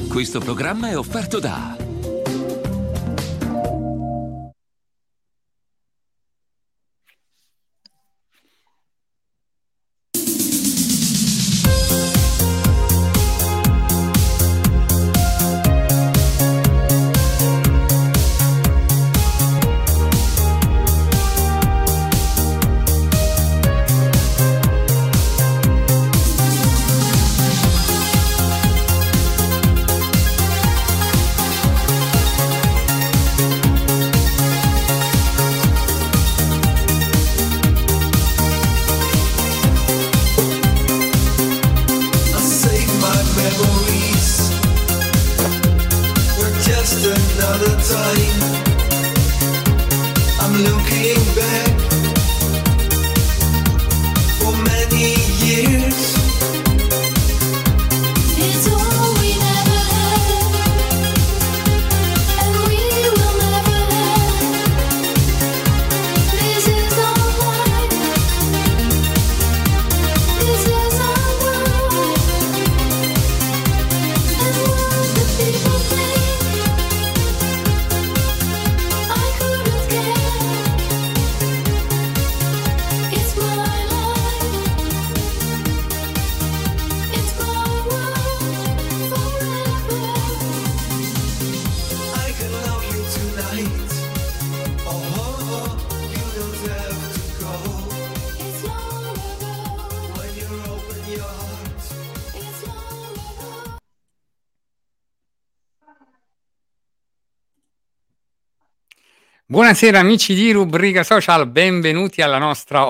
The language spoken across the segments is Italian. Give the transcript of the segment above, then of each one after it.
Questo programma è offerto da Buonasera amici di Rubrica Social, benvenuti alla nostra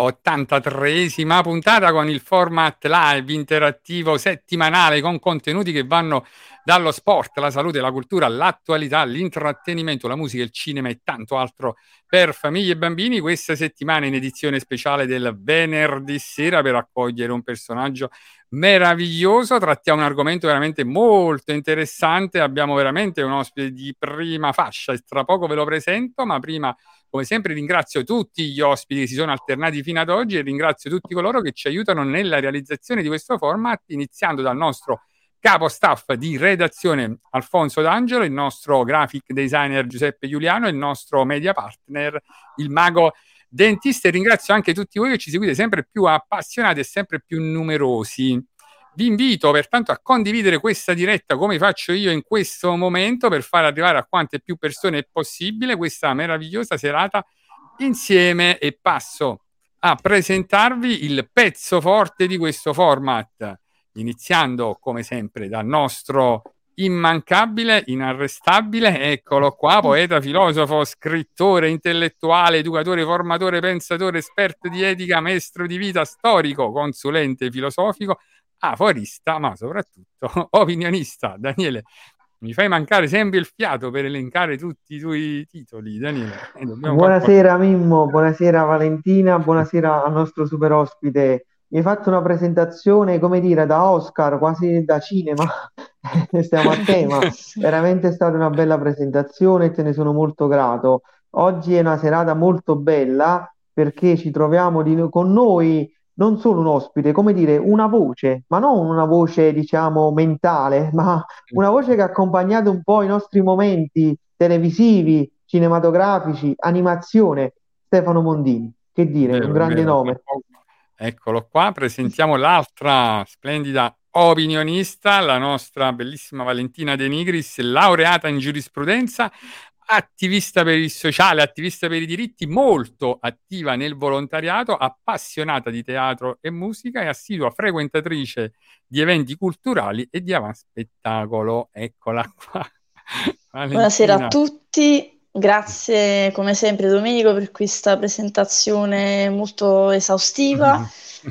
83esima puntata con il format live interattivo settimanale con contenuti che vanno dallo sport, la salute, la cultura, l'attualità, l'intrattenimento, la musica, il cinema e tanto altro per famiglie e bambini. Questa settimana in edizione speciale del venerdì sera per accogliere un personaggio meraviglioso, trattiamo un argomento veramente molto interessante, abbiamo veramente un ospite di prima fascia e tra poco ve lo presento, ma prima come sempre ringrazio tutti gli ospiti che si sono alternati fino ad oggi e ringrazio tutti coloro che ci aiutano nella realizzazione di questo format, iniziando dal nostro capo staff di redazione Alfonso D'Angelo, il nostro graphic designer Giuseppe Giuliano e il nostro media partner il mago dentista, e ringrazio anche tutti voi che ci seguite sempre più appassionati e sempre più numerosi. Vi invito pertanto a condividere questa diretta come faccio io in questo momento per far arrivare a quante più persone è possibile questa meravigliosa serata insieme, e passo a presentarvi il pezzo forte di questo format, iniziando come sempre dal nostro immancabile, inarrestabile, eccolo qua, poeta, filosofo, scrittore, intellettuale, educatore, formatore, pensatore, esperto di etica, maestro di vita, storico, consulente filosofico, aforista, ma soprattutto opinionista. Daniele, mi fai mancare sempre il fiato per elencare tutti i tuoi titoli, Daniele. Buonasera Mimmo, buonasera Valentina, buonasera al nostro super ospite. Mi hai fatto una presentazione, come dire, da Oscar, quasi da cinema, stiamo a tema. Veramente è stata una bella presentazione e te ne sono molto grato. Oggi è una serata molto bella perché ci troviamo con noi non solo un ospite, come dire, una voce, ma non una voce, diciamo, mentale, ma una voce che ha accompagnato un po' i nostri momenti televisivi, cinematografici, animazione, Stefano Mondini. Che dire, un grande nome. Eccolo qua, presentiamo l'altra splendida opinionista, la nostra bellissima Valentina De Nigris, laureata in giurisprudenza, attivista per il sociale, attivista per i diritti, molto attiva nel volontariato, appassionata di teatro e musica e assidua frequentatrice di eventi culturali e di avanspettacolo. Eccola qua. Valentina. Buonasera a tutti. Grazie come sempre Domenico per questa presentazione molto esaustiva,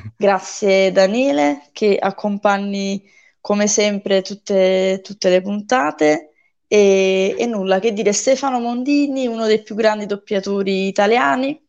grazie Daniele che accompagni come sempre tutte le puntate e nulla che dire, Stefano Mondini, uno dei più grandi doppiatori italiani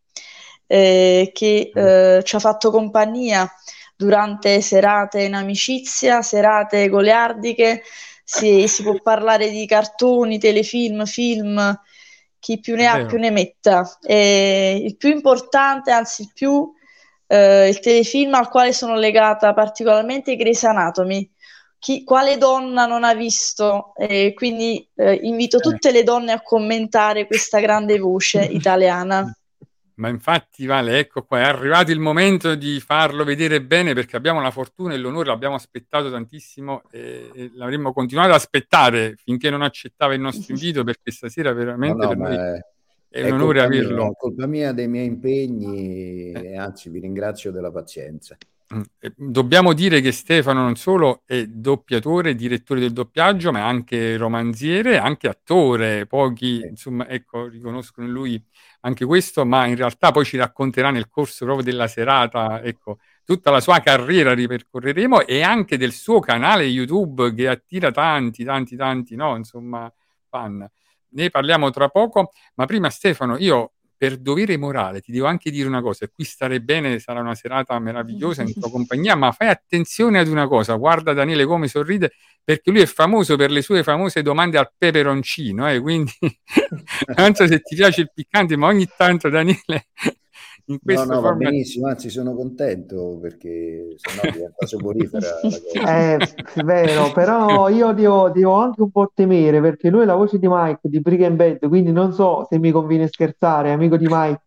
che ci ha fatto compagnia durante serate in amicizia, serate goliardiche, si può parlare di cartoni, telefilm, film, chi più ne ha più ne metta. Il più importante, anzi il telefilm al quale sono legata particolarmente è Grey's Anatomy, quale donna non ha visto, quindi invito tutte le donne a commentare questa grande voce italiana. Ma infatti, Vale, ecco qua, è arrivato il momento di farlo vedere bene, perché abbiamo la fortuna e l'onore, l'abbiamo aspettato tantissimo e l'avremmo continuato ad aspettare finché non accettava il nostro invito, perché stasera veramente per noi è un onore averlo. È colpa mia dei miei impegni, e anzi vi ringrazio della pazienza. Dobbiamo dire che Stefano non solo è doppiatore, direttore del doppiaggio, ma è anche romanziere, anche attore. Pochi, insomma, ecco, riconoscono in lui anche questo, ma in realtà poi ci racconterà nel corso proprio della serata, ecco, tutta la sua carriera ripercorreremo, e anche del suo canale YouTube che attira tanti, no, insomma, fan. Ne parliamo tra poco, ma prima Stefano, io per dovere morale ti devo anche dire una cosa, e qui stare bene, sarà una serata meravigliosa in tua compagnia, ma fai attenzione ad una cosa, guarda Daniele come sorride, perché lui è famoso per le sue famose domande al peperoncino, quindi non so se ti piace il piccante, ma ogni tanto Daniele in questo no, va format... benissimo, anzi sono contento, perché sennò diventa soporifera la cosa. È vero, però io devo anche un po' temere, perché lui è la voce di Mike di Breaking Bad, quindi non so se mi conviene scherzare, amico di Mike.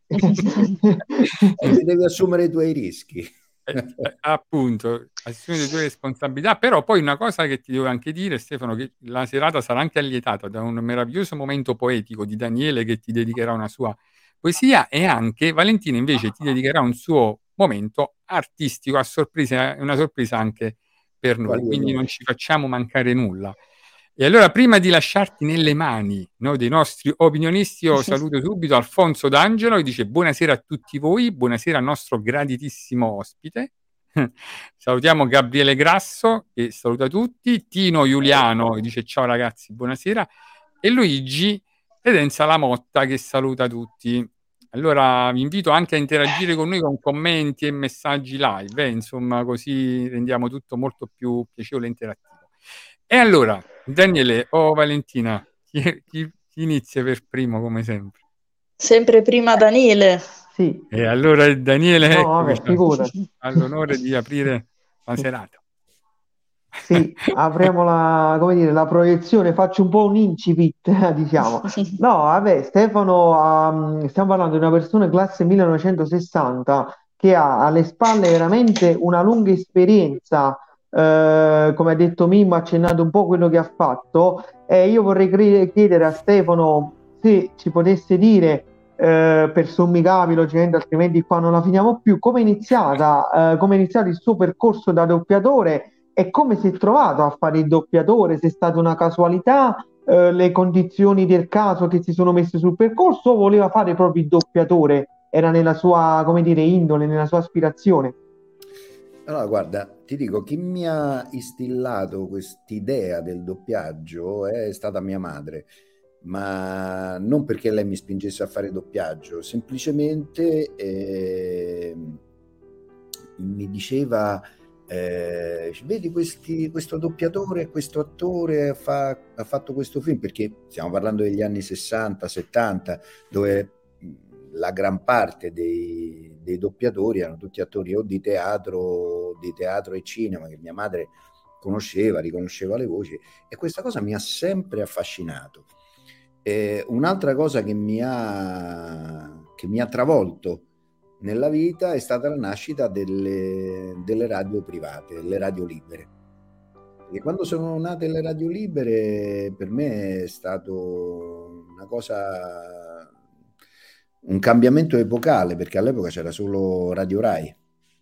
Ti devi assumere i tuoi rischi. Appunto, assumere le tue responsabilità, però poi una cosa che ti devo anche dire, Stefano, che la serata sarà anche allietata da un meraviglioso momento poetico di Daniele che ti dedicherà una sua poesia, e anche Valentina invece ti dedicherà un suo momento artistico a sorpresa, una sorpresa anche per noi, quindi non ci facciamo mancare nulla. E allora, prima di lasciarti nelle mani, no, dei nostri opinionisti, io saluto subito Alfonso D'Angelo, che dice buonasera a tutti voi, buonasera al nostro graditissimo ospite. Salutiamo Gabriele Grasso, che saluta tutti, Tino Giuliano, che dice ciao ragazzi, buonasera, e Luigi Edenza Lamotta, che saluta tutti. Allora vi invito anche a interagire con noi con commenti e messaggi live, insomma, così rendiamo tutto molto più piacevole e interattivo. E allora, Daniele o Valentina, chi inizia per primo come sempre? Sempre prima Daniele. Sì. E allora Daniele vabbè, ha l'onore di aprire la serata. Sì, apriamo la proiezione, faccio un po' un incipit, diciamo. No, vabbè, Stefano, stiamo parlando di una persona classe 1960 che ha alle spalle veramente una lunga esperienza, come ha detto Mimmo, ha accennato un po' quello che ha fatto, e io vorrei chiedere a Stefano se ci potesse dire, per sommi capi, logicamente, altrimenti qua non la finiamo più, come è iniziato il suo percorso da doppiatore. E come si è trovato a fare il doppiatore? Se è stata una casualità, le condizioni del caso che si sono messe sul percorso, o voleva fare proprio il doppiatore? Era nella sua, come dire, indole, nella sua aspirazione? Allora, guarda, ti dico, chi mi ha instillato quest'idea del doppiaggio è stata mia madre, ma non perché lei mi spingesse a fare doppiaggio, semplicemente mi diceva... vedi questo doppiatore, questo attore ha fatto questo film, perché stiamo parlando degli anni 60-70, dove la gran parte dei doppiatori erano tutti attori o di teatro e cinema, che mia madre conosceva, riconosceva le voci, e questa cosa mi ha sempre affascinato. Un'altra cosa che mi ha travolto nella vita è stata la nascita delle radio private, le radio libere. E quando sono nate le radio libere, per me è stato una cosa, un cambiamento epocale, perché all'epoca c'era solo Radio Rai,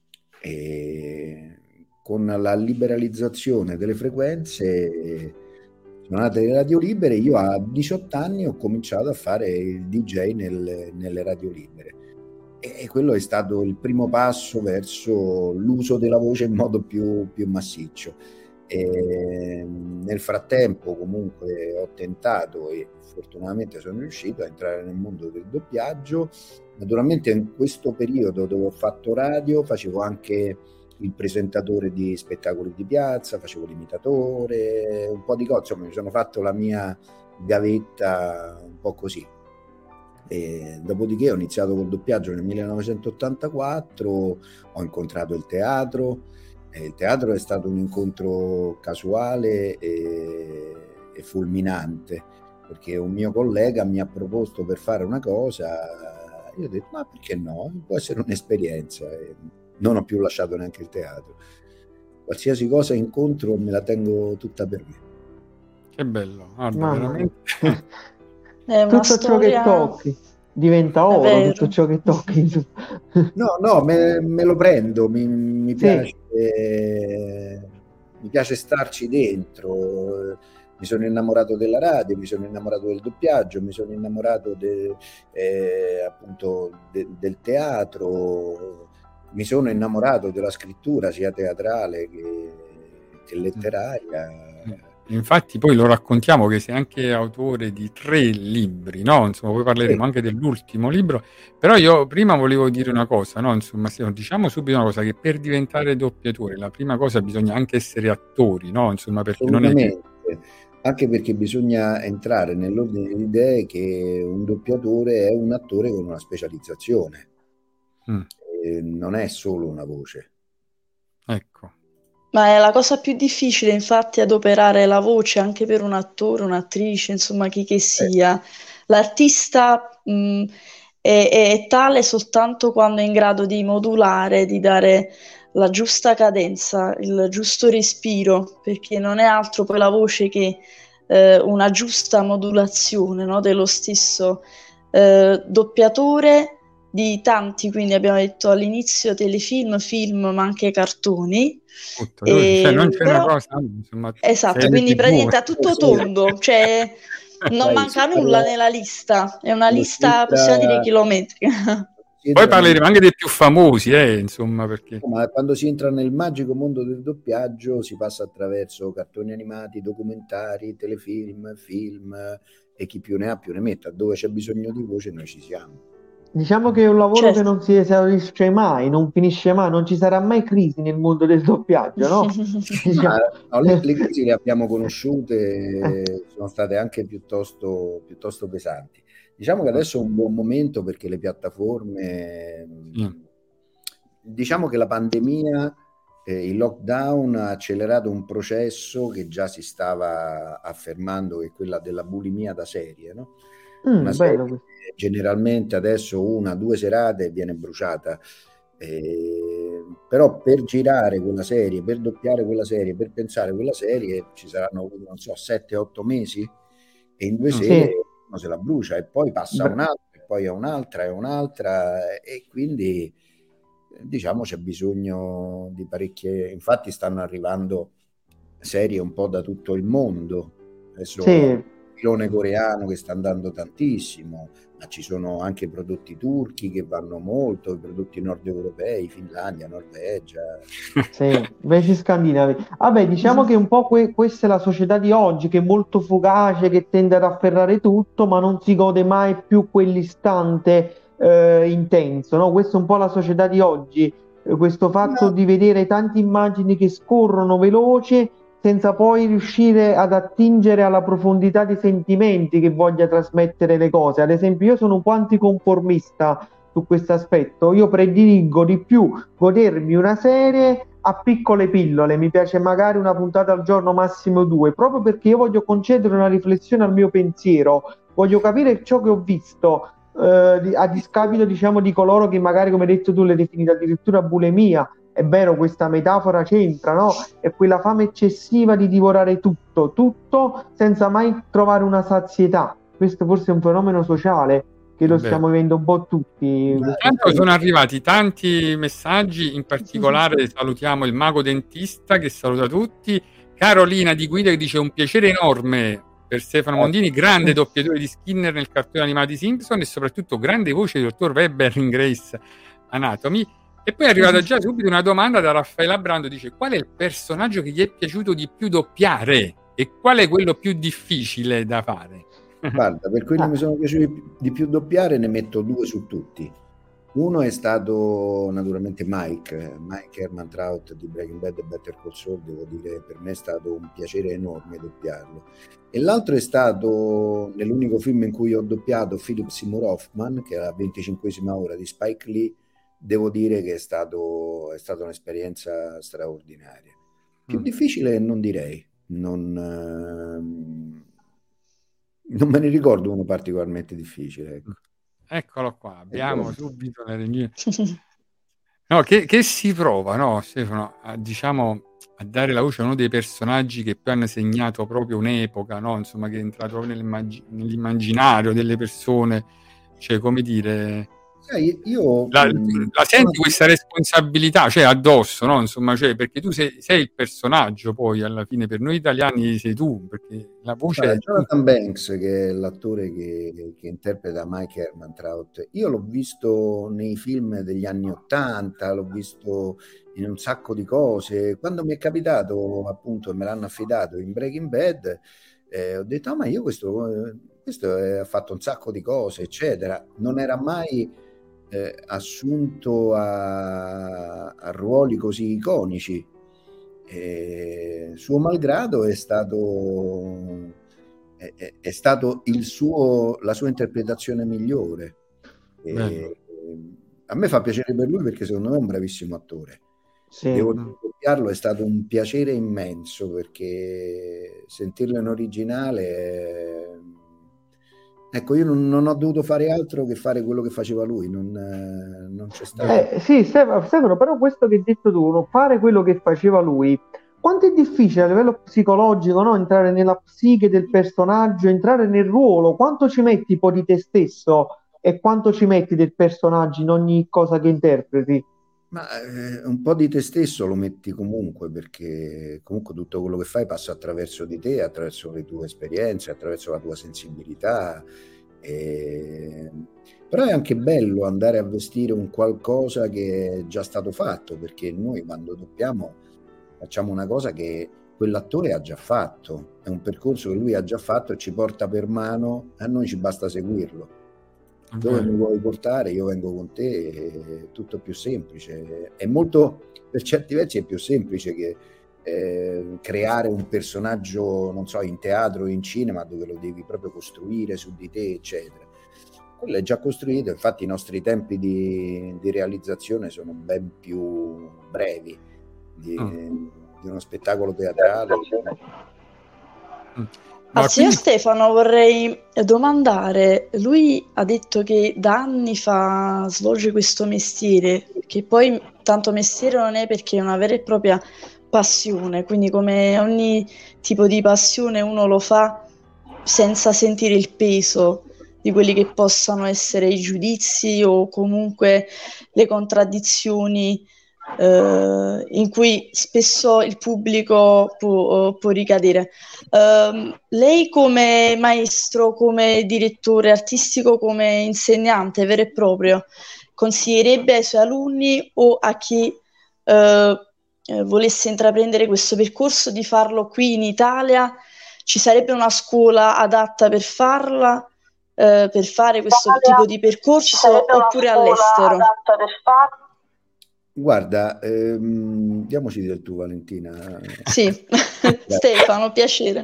e con la liberalizzazione delle frequenze sono nate le radio libere. Io a 18 anni ho cominciato a fare il DJ nelle radio libere. E quello è stato il primo passo verso l'uso della voce in modo più massiccio. E nel frattempo comunque ho tentato, e fortunatamente sono riuscito a entrare nel mondo del doppiaggio. Naturalmente in questo periodo dove ho fatto radio facevo anche il presentatore di spettacoli di piazza, facevo l'imitatore, un po' di cose, insomma mi sono fatto la mia gavetta un po' così. E dopodiché ho iniziato col doppiaggio nel 1984, ho incontrato il teatro, Il teatro è stato un incontro casuale e fulminante, perché un mio collega mi ha proposto per fare una cosa, io ho detto ma perché no, può essere un'esperienza, e non ho più lasciato neanche il teatro. Qualsiasi cosa incontro me la tengo tutta per me. Che bello, guarda, Mamma mia. veramente. È una Tutto ciò che storia... tocchi diventa È oro, vero. tutto ciò che tocchi. No, me lo prendo, mi Sì. piace starci dentro. Mi sono innamorato della radio, mi sono innamorato del doppiaggio, mi sono innamorato appunto del teatro, mi sono innamorato della scrittura sia teatrale che letteraria. Infatti poi lo raccontiamo che sei anche autore di 3 libri, no? Insomma, poi parleremo anche dell'ultimo libro, però io prima volevo dire una cosa, no? Insomma, diciamo subito una cosa, che per diventare doppiatore la prima cosa bisogna anche essere attori, no? Insomma, perché non è che... Anche perché bisogna entrare nell'ordine di idee che un doppiatore è un attore con una specializzazione, non è solo una voce. Ecco. Ma è la cosa più difficile, infatti, adoperare la voce anche per un attore, un'attrice, insomma, chi che sia. L'artista è tale soltanto quando è in grado di modulare, di dare la giusta cadenza, il giusto respiro, perché non è altro poi la voce che una giusta modulazione, no, dello stesso doppiatore di tanti, quindi abbiamo detto all'inizio telefilm, film, ma anche cartoni. Cioè non c'è Però, una cosa, insomma, esatto, quindi praticamente a tutto tondo, cioè non manca nulla nella lista, è una lista, possiamo dire, chilometrica. Poi parleremo anche dei più famosi, insomma, perché... Ma quando si entra nel magico mondo del doppiaggio si passa attraverso cartoni animati, documentari, telefilm, film, e chi più ne ha più ne metta. Dove c'è bisogno di voce noi ci siamo. Diciamo che è un lavoro Certo. che non si esaurisce mai, non finisce mai, non ci sarà mai crisi nel mondo del doppiaggio, no? Le crisi le abbiamo conosciute, sono state anche piuttosto pesanti. Diciamo che adesso è un buon momento perché le piattaforme, diciamo che la pandemia, il lockdown ha accelerato un processo che già si stava affermando, che è quella della bulimia da serie, no? Una serie generalmente adesso 1 o 2 serate viene bruciata, però per girare quella serie, per doppiare quella serie, per pensare quella serie ci saranno, non so, 7-8 mesi, e in 2 sere uno se la brucia e poi passa un'altra e poi a un'altra e un'altra, e quindi diciamo c'è bisogno di parecchie. Infatti stanno arrivando serie un po' da tutto il mondo adesso. Il filone coreano che sta andando tantissimo, ma ci sono anche prodotti turchi che vanno molto, i prodotti nord europei, Finlandia, Norvegia. Paesi scandinavi. Vabbè, diciamo che un po' questa è la società di oggi, che è molto fugace, che tende ad afferrare tutto, ma non si gode mai più quell'istante intenso, no? Questa è un po' la società di oggi, questo fatto di vedere tante immagini che scorrono veloce senza poi riuscire ad attingere alla profondità dei sentimenti che voglia trasmettere le cose. Ad esempio, io sono un po' anticonformista su questo aspetto, io prediligo di più godermi una serie a piccole pillole, mi piace magari una puntata al giorno, massimo 2, proprio perché io voglio concedere una riflessione al mio pensiero, voglio capire ciò che ho visto, a discapito, diciamo, di coloro che magari, come hai detto tu, le definite addirittura bulimia. È vero, questa metafora c'entra, no? È quella fame eccessiva di divorare tutto senza mai trovare una sazietà. Questo forse è un fenomeno sociale che lo stiamo vivendo un po' tutti. Intanto sono arrivati tanti messaggi, in particolare salutiamo il mago dentista che saluta tutti, Carolina di Guida che dice un piacere enorme per Stefano Mondini, grande doppiatore di Skinner nel cartone animato di Simpson e soprattutto grande voce di dottor Webber in Grey's Anatomy. E poi è arrivata già subito una domanda da Raffaella Brando, dice qual è il personaggio che gli è piaciuto di più doppiare e qual è quello più difficile da fare? Guarda, per quelli che mi sono piaciuti di più doppiare ne metto 2 su tutti. Uno è stato naturalmente Mike Ehrmantraut di Breaking Bad e Better Call Saul, devo dire, per me è stato un piacere enorme doppiarlo. E l'altro è stato, nell'unico film in cui ho doppiato, Philip Seymour Hoffman, che è la 25esima ora di Spike Lee, devo dire che è stata un'esperienza straordinaria. Più difficile non direi, non me ne ricordo uno particolarmente difficile. Ecco. Eccolo qua, abbiamo subito le regie. No, che si prova, no, Stefano, diciamo, a dare la voce a uno dei personaggi che poi hanno segnato proprio un'epoca, no? Insomma, che è entrato proprio nell'immaginario delle persone, cioè, come dire, io la senti questa responsabilità, cioè, addosso, no? Insomma, cioè, perché tu sei il personaggio, poi alla fine per noi italiani sei tu, perché la voce è Jonathan Banks, che è l'attore che interpreta Mike Ehrmantraut, io l'ho visto nei film degli anni '80, l'ho visto in un sacco di cose. Quando mi è capitato, appunto, me l'hanno affidato in Breaking Bad, ho detto, ma io questo ha fatto un sacco di cose, eccetera. Non era mai assunto a ruoli così iconici. Suo malgrado è stato la sua interpretazione migliore. A me fa piacere per lui, perché secondo me è un bravissimo attore. Sì. Devo doppiarlo, è stato un piacere immenso, perché sentirlo in originale, ecco, io non ho dovuto fare altro che fare quello che faceva lui, non c'è stato. Sì, Stefano, però questo che hai detto tu, fare quello che faceva lui, quanto è difficile a livello psicologico, no? Entrare nella psiche del personaggio, entrare nel ruolo, quanto ci metti poi di te stesso e quanto ci metti del personaggio in ogni cosa che interpreti? Ma un po' di te stesso lo metti comunque, perché comunque tutto quello che fai passa attraverso di te, attraverso le tue esperienze, attraverso la tua sensibilità. Però è anche bello andare a vestire un qualcosa che è già stato fatto, perché noi quando doppiamo facciamo una cosa che quell'attore ha già fatto, è un percorso che lui ha già fatto e ci porta per mano, a noi ci basta seguirlo. Dove mi vuoi portare, io vengo con te, è tutto più semplice. È molto, per certi versi è più semplice che creare un personaggio, non so, in teatro o in cinema, dove lo devi proprio costruire su di te, eccetera. Quello è già costruito, infatti i nostri tempi di realizzazione sono ben più brevi di uno spettacolo teatrale. Al signor Stefano vorrei domandare, lui ha detto che da anni fa svolge questo mestiere, che poi tanto mestiere non è, perché è una vera e propria passione, quindi come ogni tipo di passione uno lo fa senza sentire il peso di quelli che possano essere i giudizi o comunque le contraddizioni in cui spesso il pubblico può ricadere. Lei come maestro, come direttore artistico, come insegnante vero e proprio, consiglierebbe ai suoi alunni o a chi volesse intraprendere questo percorso di farlo qui in Italia? Ci sarebbe una scuola adatta per farla, per fare questo tipo di percorso, oppure all'estero? Guarda, diamoci del tu, Valentina. Sì, Stefano, piacere.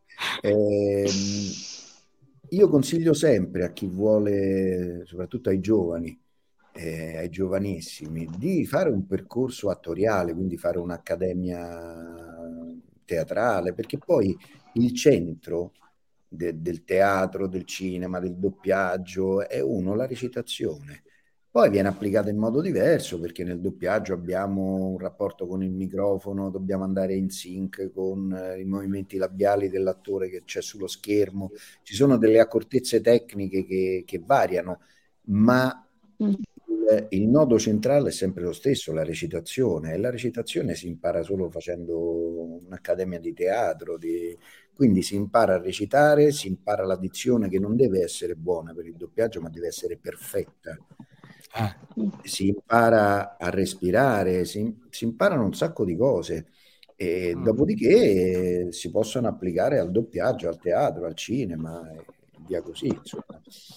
Io consiglio sempre a chi vuole, soprattutto ai giovani, ai giovanissimi, di fare un percorso attoriale, quindi fare un'accademia teatrale, perché poi il centro del teatro, del cinema, del doppiaggio è la recitazione. Poi viene applicata in modo diverso, perché nel doppiaggio abbiamo un rapporto con il microfono, dobbiamo andare in sync con i movimenti labiali dell'attore che c'è sullo schermo, ci sono delle accortezze tecniche che variano, ma il nodo centrale è sempre lo stesso, la recitazione, e la recitazione si impara solo facendo un'accademia di teatro, quindi si impara a recitare, si impara la dizione, che non deve essere buona per il doppiaggio, ma deve essere perfetta. Si impara a respirare, si imparano un sacco di cose, e dopodiché si possono applicare al doppiaggio, al teatro, al cinema e via così. Insomma.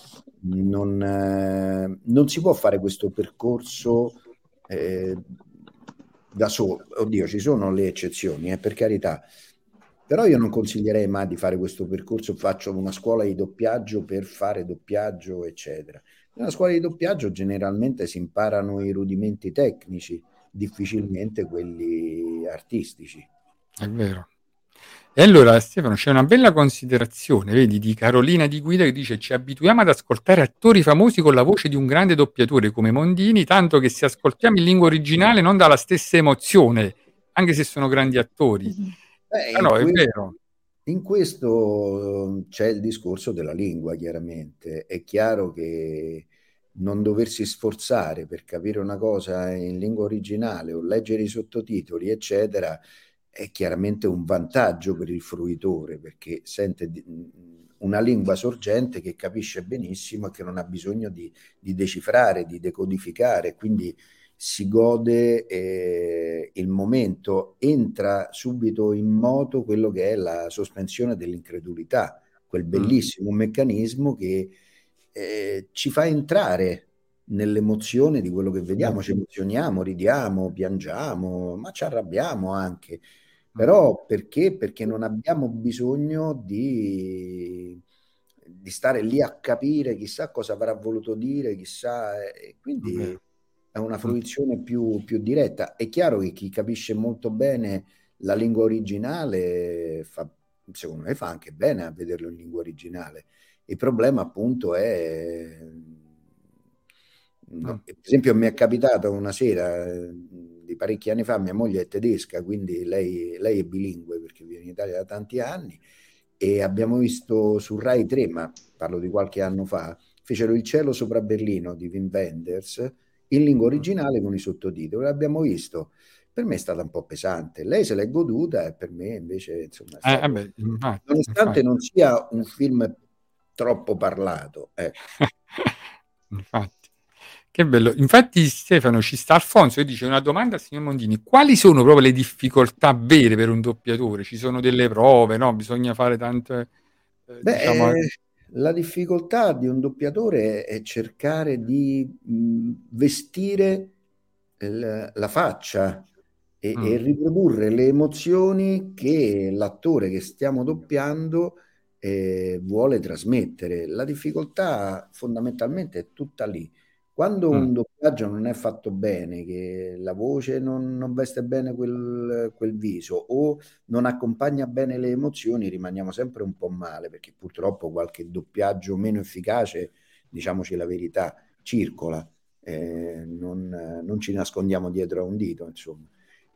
Non si può fare questo percorso da solo. Oddio, ci sono le eccezioni, per carità. Però io non consiglierei mai di fare questo percorso, faccio una scuola di doppiaggio per fare doppiaggio, eccetera. Nella scuola di doppiaggio generalmente si imparano i rudimenti tecnici, difficilmente quelli artistici. È vero. E allora, Stefano, c'è una bella considerazione, vedi, di Carolina Di Guida che dice: ci abituiamo ad ascoltare attori famosi con la voce di un grande doppiatore come Mondini, tanto che se ascoltiamo in lingua originale non dà la stessa emozione, anche se sono grandi attori. Ah no, è vero. In questo c'è il discorso della lingua, chiaramente. È chiaro che non doversi sforzare per capire una cosa in lingua originale o leggere i sottotitoli, eccetera, è chiaramente un vantaggio per il fruitore, perché sente una lingua sorgente che capisce benissimo e che non ha bisogno di decifrare, di decodificare, quindi si gode il momento, entra subito in moto quello che è la sospensione dell'incredulità, quel bellissimo meccanismo che ci fa entrare nell'emozione di quello che vediamo, ci emozioniamo, ridiamo, piangiamo, ma ci arrabbiamo anche. Però perché? Perché non abbiamo bisogno di stare lì a capire chissà cosa avrà voluto dire, chissà, e quindi è una fruizione più diretta. È chiaro che chi capisce molto bene la lingua originale secondo me fa anche bene a vederlo in lingua originale. Il problema appunto è per esempio mi è capitato una sera di parecchi anni fa, mia moglie è tedesca, quindi lei è bilingue perché vive in Italia da tanti anni, e abbiamo visto su Rai 3, ma parlo di qualche anno fa, fecero Il cielo sopra Berlino di Wim Wenders in lingua originale con i sottotitoli. L'abbiamo visto. Per me è stata un po' pesante. Lei se l'è goduta e per me invece, insomma, è stato... nonostante non sia un film troppo parlato. Infatti. Che bello. Infatti, Stefano, ci sta Alfonso e dice: una domanda al signor Mondini: quali sono proprio le difficoltà vere per un doppiatore? Ci sono delle prove, no? Bisogna fare tante... diciamo... La difficoltà di un doppiatore è cercare di vestire la faccia e riprodurre le emozioni che l'attore che stiamo doppiando vuole trasmettere. La difficoltà fondamentalmente è tutta lì. Quando un doppiaggio non è fatto bene, che la voce non veste bene quel viso o non accompagna bene le emozioni, rimaniamo sempre un po' male, perché purtroppo qualche doppiaggio meno efficace, diciamoci la verità, circola. Non ci nascondiamo dietro a un dito, insomma.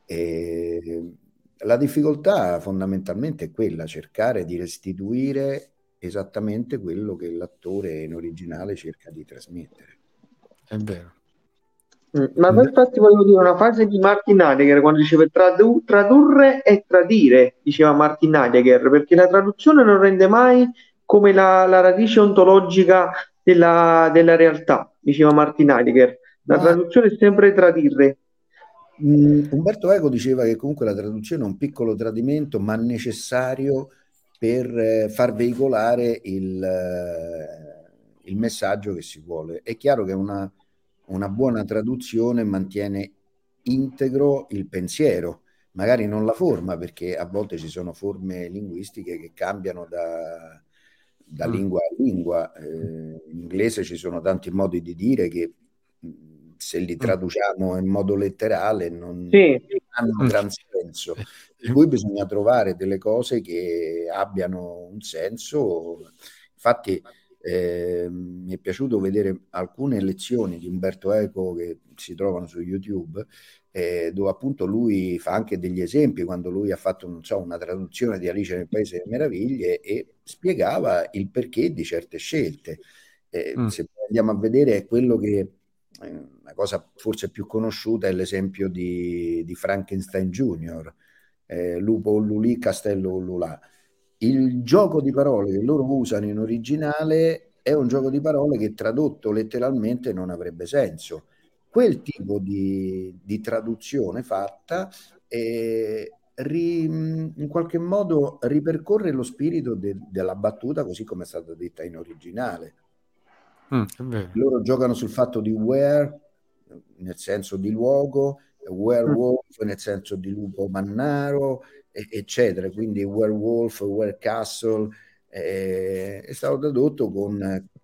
La difficoltà fondamentalmente è quella, cercare di restituire esattamente quello che l'attore in originale cerca di trasmettere. È vero. Ma poi infatti volevo dire una frase di Martin Heidegger quando diceva tradurre e tradire, diceva Martin Heidegger, perché la traduzione non rende mai come la radice ontologica della realtà, diceva Martin Heidegger. La traduzione è sempre tradire. Umberto Eco diceva che comunque la traduzione è un piccolo tradimento, ma necessario per far veicolare il messaggio che si vuole. È chiaro che una buona traduzione mantiene integro il pensiero, magari non la forma, perché a volte ci sono forme linguistiche che cambiano da lingua a lingua. In inglese ci sono tanti modi di dire che se li traduciamo in modo letterale non hanno gran senso, per cui bisogna trovare delle cose che abbiano un senso. Infatti mi è piaciuto vedere alcune lezioni di Umberto Eco che si trovano su YouTube, dove appunto lui fa anche degli esempi, quando lui ha fatto, non so, una traduzione di Alice nel Paese delle Meraviglie e spiegava il perché di certe scelte. Se andiamo a vedere è quello che la cosa forse più conosciuta è l'esempio di Frankenstein Junior, Lupo Ullulì, Castello Ullulà. Il gioco di parole che loro usano in originale è un gioco di parole che tradotto letteralmente non avrebbe senso. Quel tipo di traduzione fatta in qualche modo ripercorre lo spirito della battuta così come è stata detta in originale. Loro giocano sul fatto di where, nel senso di luogo, werewolf nel senso di lupo mannaro, eccetera. Quindi werewolf, were castle è stato tradotto con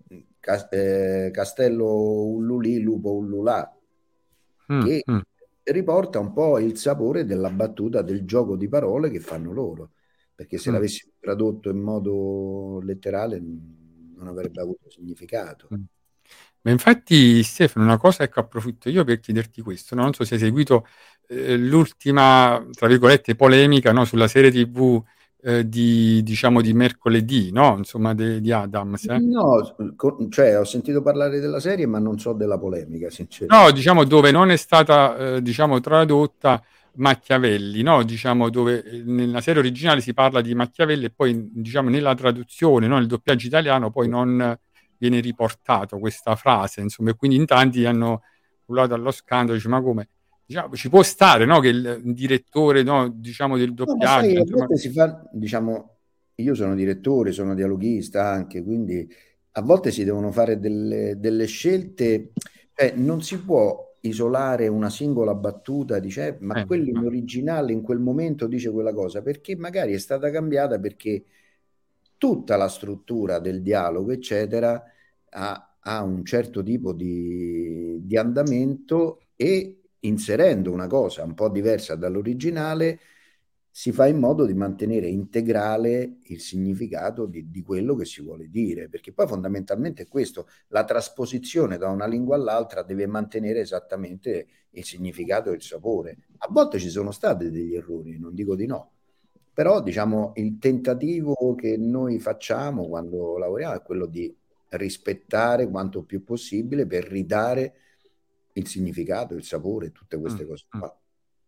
Castello Ullulì, lupo Ullulà, che riporta un po' il sapore della battuta, del gioco di parole che fanno loro, perché se l'avessimo tradotto in modo letterale non avrebbe avuto significato. Ma infatti, Stefano, una cosa che approfitto io per chiederti questo, no? Non so se hai seguito l'ultima, tra virgolette, polemica, no? Sulla serie TV diciamo di mercoledì, no? Insomma, di Adams. No, cioè ho sentito parlare della serie, ma non so della polemica, No, sinceramente. diciamo dove non è stata diciamo tradotta Machiavelli, no? Diciamo dove nella serie originale si parla di Machiavelli e poi diciamo nella traduzione, no? Nel doppiaggio italiano poi non viene riportato questa frase, insomma, e quindi in tanti hanno urlato allo scandalo, dice, ma come? Diciamo, ci può stare, no? Che il direttore, no? Diciamo del No, ma sai, doppiaggio, a insomma, volte si fa, diciamo, io sono direttore, sono dialoghista anche, quindi a volte si devono fare delle scelte, non si può isolare una singola battuta, dice, ma quello in originale in quel momento dice quella cosa, perché magari è stata cambiata perché tutta la struttura del dialogo, eccetera, ha un certo tipo di andamento e inserendo una cosa un po' diversa dall'originale si fa in modo di mantenere integrale il significato di quello che si vuole dire, perché poi fondamentalmente è questo, la trasposizione da una lingua all'altra deve mantenere esattamente il significato e il sapore. A volte ci sono stati degli errori, non dico di no, però diciamo il tentativo che noi facciamo quando lavoriamo è quello di rispettare quanto più possibile per ridare il significato, il sapore, tutte queste cose qua.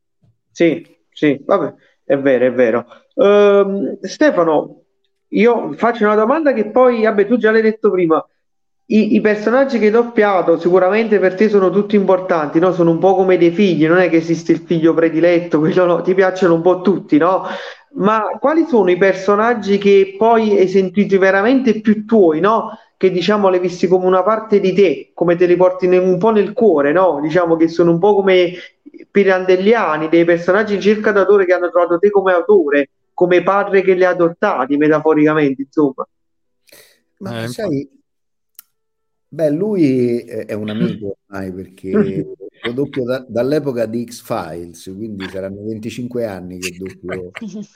Sì, vabbè, è vero, è vero. Stefano, io faccio una domanda che poi, vabbè, tu già l'hai detto prima. I personaggi che hai doppiato sicuramente per te sono tutti importanti, no? Sono un po' come dei figli, non è che esiste il figlio prediletto, quello no, ti piacciono un po' tutti, no? Ma quali sono i personaggi che poi hai sentito veramente più tuoi, no? Che diciamo li hai visti come una parte di te, come te li porti un po' nel cuore, no? Diciamo che sono un po' come pirandelliani, dei personaggi in cerca d'autore che hanno trovato te come autore, come padre che li ha adottati, metaforicamente, insomma. Ma sai, beh, lui è un amico ormai perché lo doppio dall'epoca di X-Files, quindi saranno 25 anni che doppio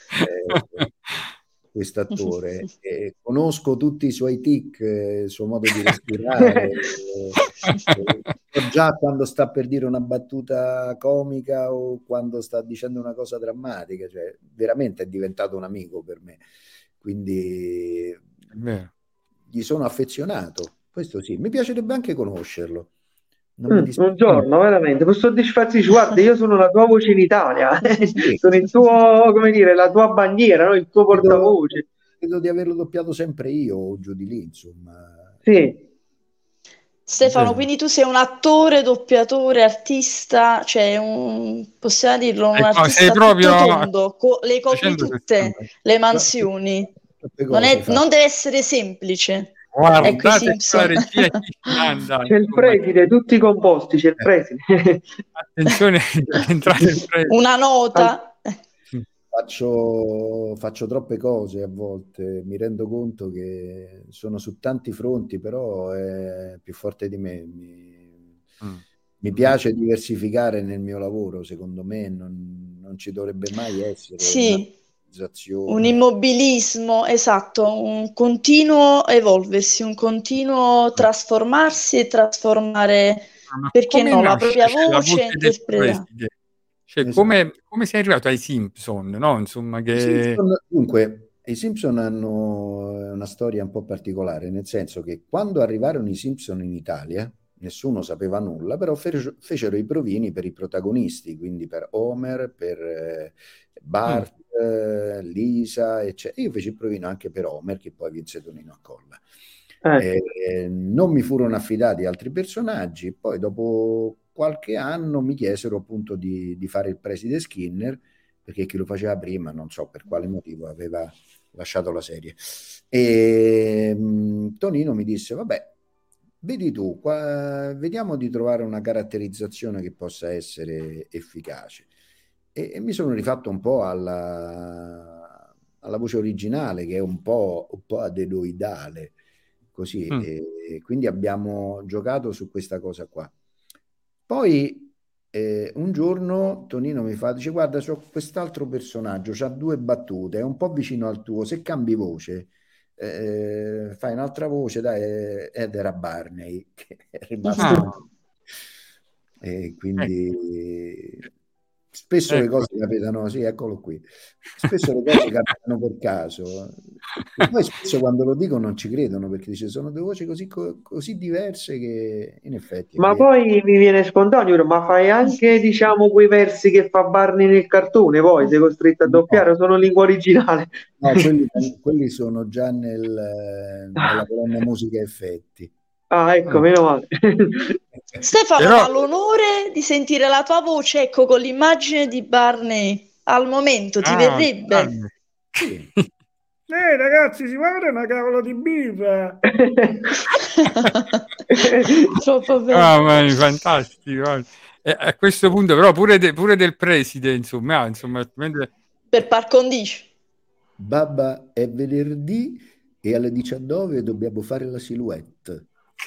quest'attore. Conosco tutti i suoi tic, il suo modo di respirare. So già quando sta per dire una battuta comica o quando sta dicendo una cosa drammatica, cioè veramente è diventato un amico per me. Quindi gli sono affezionato. Questo sì, mi piacerebbe anche conoscerlo. Un giorno, veramente, posso soddisfarsi, guarda, io sono la tua voce in Italia, sono il tuo, come dire, la tua bandiera, no? Il tuo portavoce. Credo di averlo doppiato sempre io o giù di lì, insomma. Sì. Stefano, quindi tu sei un attore, doppiatore, artista, cioè possiamo dirlo, un artista proprio tutto tondo, le copri tutte le mansioni. Non deve essere semplice. Guarda, ecco i Simpson. La regia chi ci manda, c'è il preside, tutti i composti, c'è il preside. Attenzione, entrare il preside. Una nota. Faccio troppe cose a volte, mi rendo conto che sono su tanti fronti, però è più forte di me. Mi piace diversificare nel mio lavoro, secondo me non ci dovrebbe mai essere un immobilismo, esatto, un continuo evolversi, un continuo trasformarsi e trasformare, perché no, la propria voce interpretare. Cioè, come sei arrivato ai Simpson, no? Insomma, che... Dunque, i Simpson hanno una storia un po' particolare, nel senso che quando arrivarono i Simpson in Italia, nessuno sapeva nulla, però fecero i provini per i protagonisti, quindi per Homer, per Bart, Lisa, eccetera. Io feci il provino anche per Homer, che poi vinse Tonino Accolla. Non mi furono affidati altri personaggi, poi dopo qualche anno mi chiesero appunto di fare il preside Skinner, perché chi lo faceva prima, non so per quale motivo, aveva lasciato la serie. E Tonino mi disse, vabbè, vedi tu, vediamo di trovare una caratterizzazione che possa essere efficace. E mi sono rifatto un po' alla voce originale, che è un po' adeloidale. così. E quindi abbiamo giocato su questa cosa qua. Poi un giorno Tonino mi fa, dice guarda, c'ho quest'altro personaggio, c'ha 2 battute, è un po' vicino al tuo, se cambi voce, fai un'altra voce, dai, ed era Barney, che è rimasto. E quindi spesso le cose capitano, sì, eccolo qui. Spesso le cose capitano per caso. E poi spesso quando lo dico non ci credono, perché dice sono 2 voci così diverse che in effetti Ma poi mi viene spontaneo, ma fai anche, diciamo, quei versi che fa Barney nel cartone, poi sei costretto a doppiare o sono lingua originale? No, quelli sono già nella colonna musica e effetti. Ah, ecco, meno male. Stefano, ma l'onore di sentire la tua voce, ecco, con l'immagine di Barney al momento, ti verrebbe? Sì. Ragazzi, si guarda una cavolo di birra. Troppo bello. Ma è fantastico. E a questo punto però pure del preside, insomma, per par condicio. Babba, è venerdì e alle 19 dobbiamo fare la silhouette.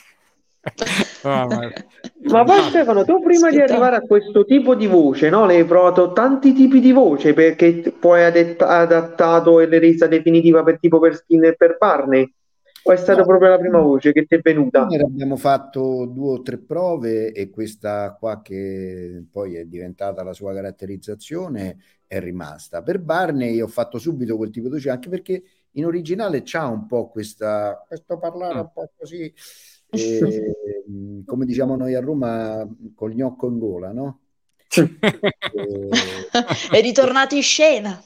Ma poi Stefano, tu prima di arrivare a questo tipo di voce, no? L'hai provato tanti tipi di voce, perché poi hai adattato e l'hai resa definitiva per Skinner e per Barney? O è stata proprio la prima voce che ti è venuta? Abbiamo fatto 2 o 3 prove e questa qua, che poi è diventata la sua caratterizzazione, è rimasta. Per Barney ho fatto subito quel tipo di voce, anche perché in originale c'ha un po' questo parlare un po' così, come diciamo noi a Roma, col gnocco in gola, no? È ritornato in scena.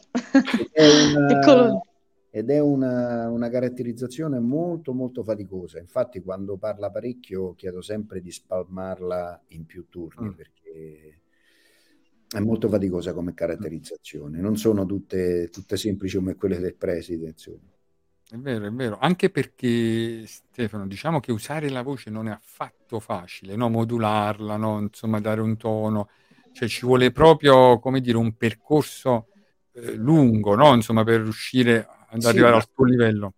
Ed è una caratterizzazione molto molto faticosa. Infatti quando parla parecchio chiedo sempre di spalmarla in più turni, perché è molto faticosa come caratterizzazione. Non sono tutte semplici come quelle del preside, insomma. È vero, anche perché Stefano, diciamo che usare la voce non è affatto facile, no? Modularla, no? Insomma, dare un tono, cioè ci vuole proprio, come dire, un percorso lungo, no? Insomma, per riuscire ad arrivare al tuo livello.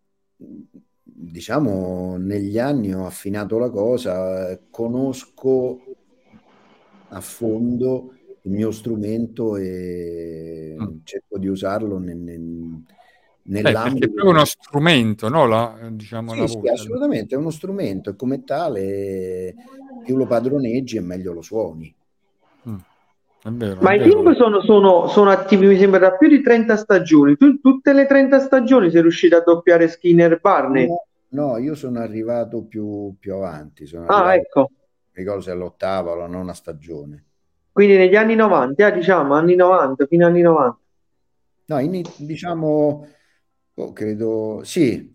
Diciamo, negli anni ho affinato la cosa, conosco a fondo il mio strumento e cerco di usarlo nell'ambito. Perché è proprio uno strumento, no? Diciamo, la voce. Sì, assolutamente, è uno strumento e come tale più lo padroneggi e meglio lo suoni. È vero, ma i film sono attivi, mi sembra, da più di 30 stagioni. Tu tutte le 30 stagioni sei riuscito a doppiare Skinner e Barney? No, io sono arrivato più avanti. Ecco. Ricordo se all'8ª o la 9ª stagione. Quindi negli anni 90, diciamo, anni 90, fino agli anni 90. No, diciamo, credo, sì,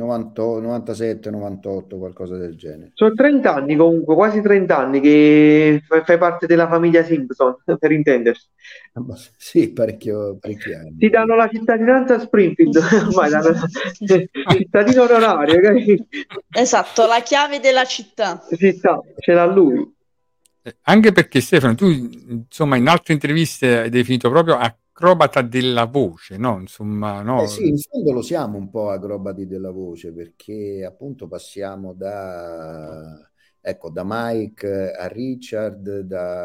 97, 98, qualcosa del genere. Sono 30 anni comunque, quasi 30 anni che fai parte della famiglia Simpson, per intendersi. Sì, parecchi anni. Ti danno la cittadinanza a Springfield, ormai cittadino onorario. Esatto, la chiave della città. Ce l'ha lui. Anche perché Stefano, tu insomma in altre interviste hai definito proprio acrobata della voce, no? Insomma, no? Sì, in fondo lo siamo un po' acrobati della voce, perché appunto passiamo da Mike a Richard,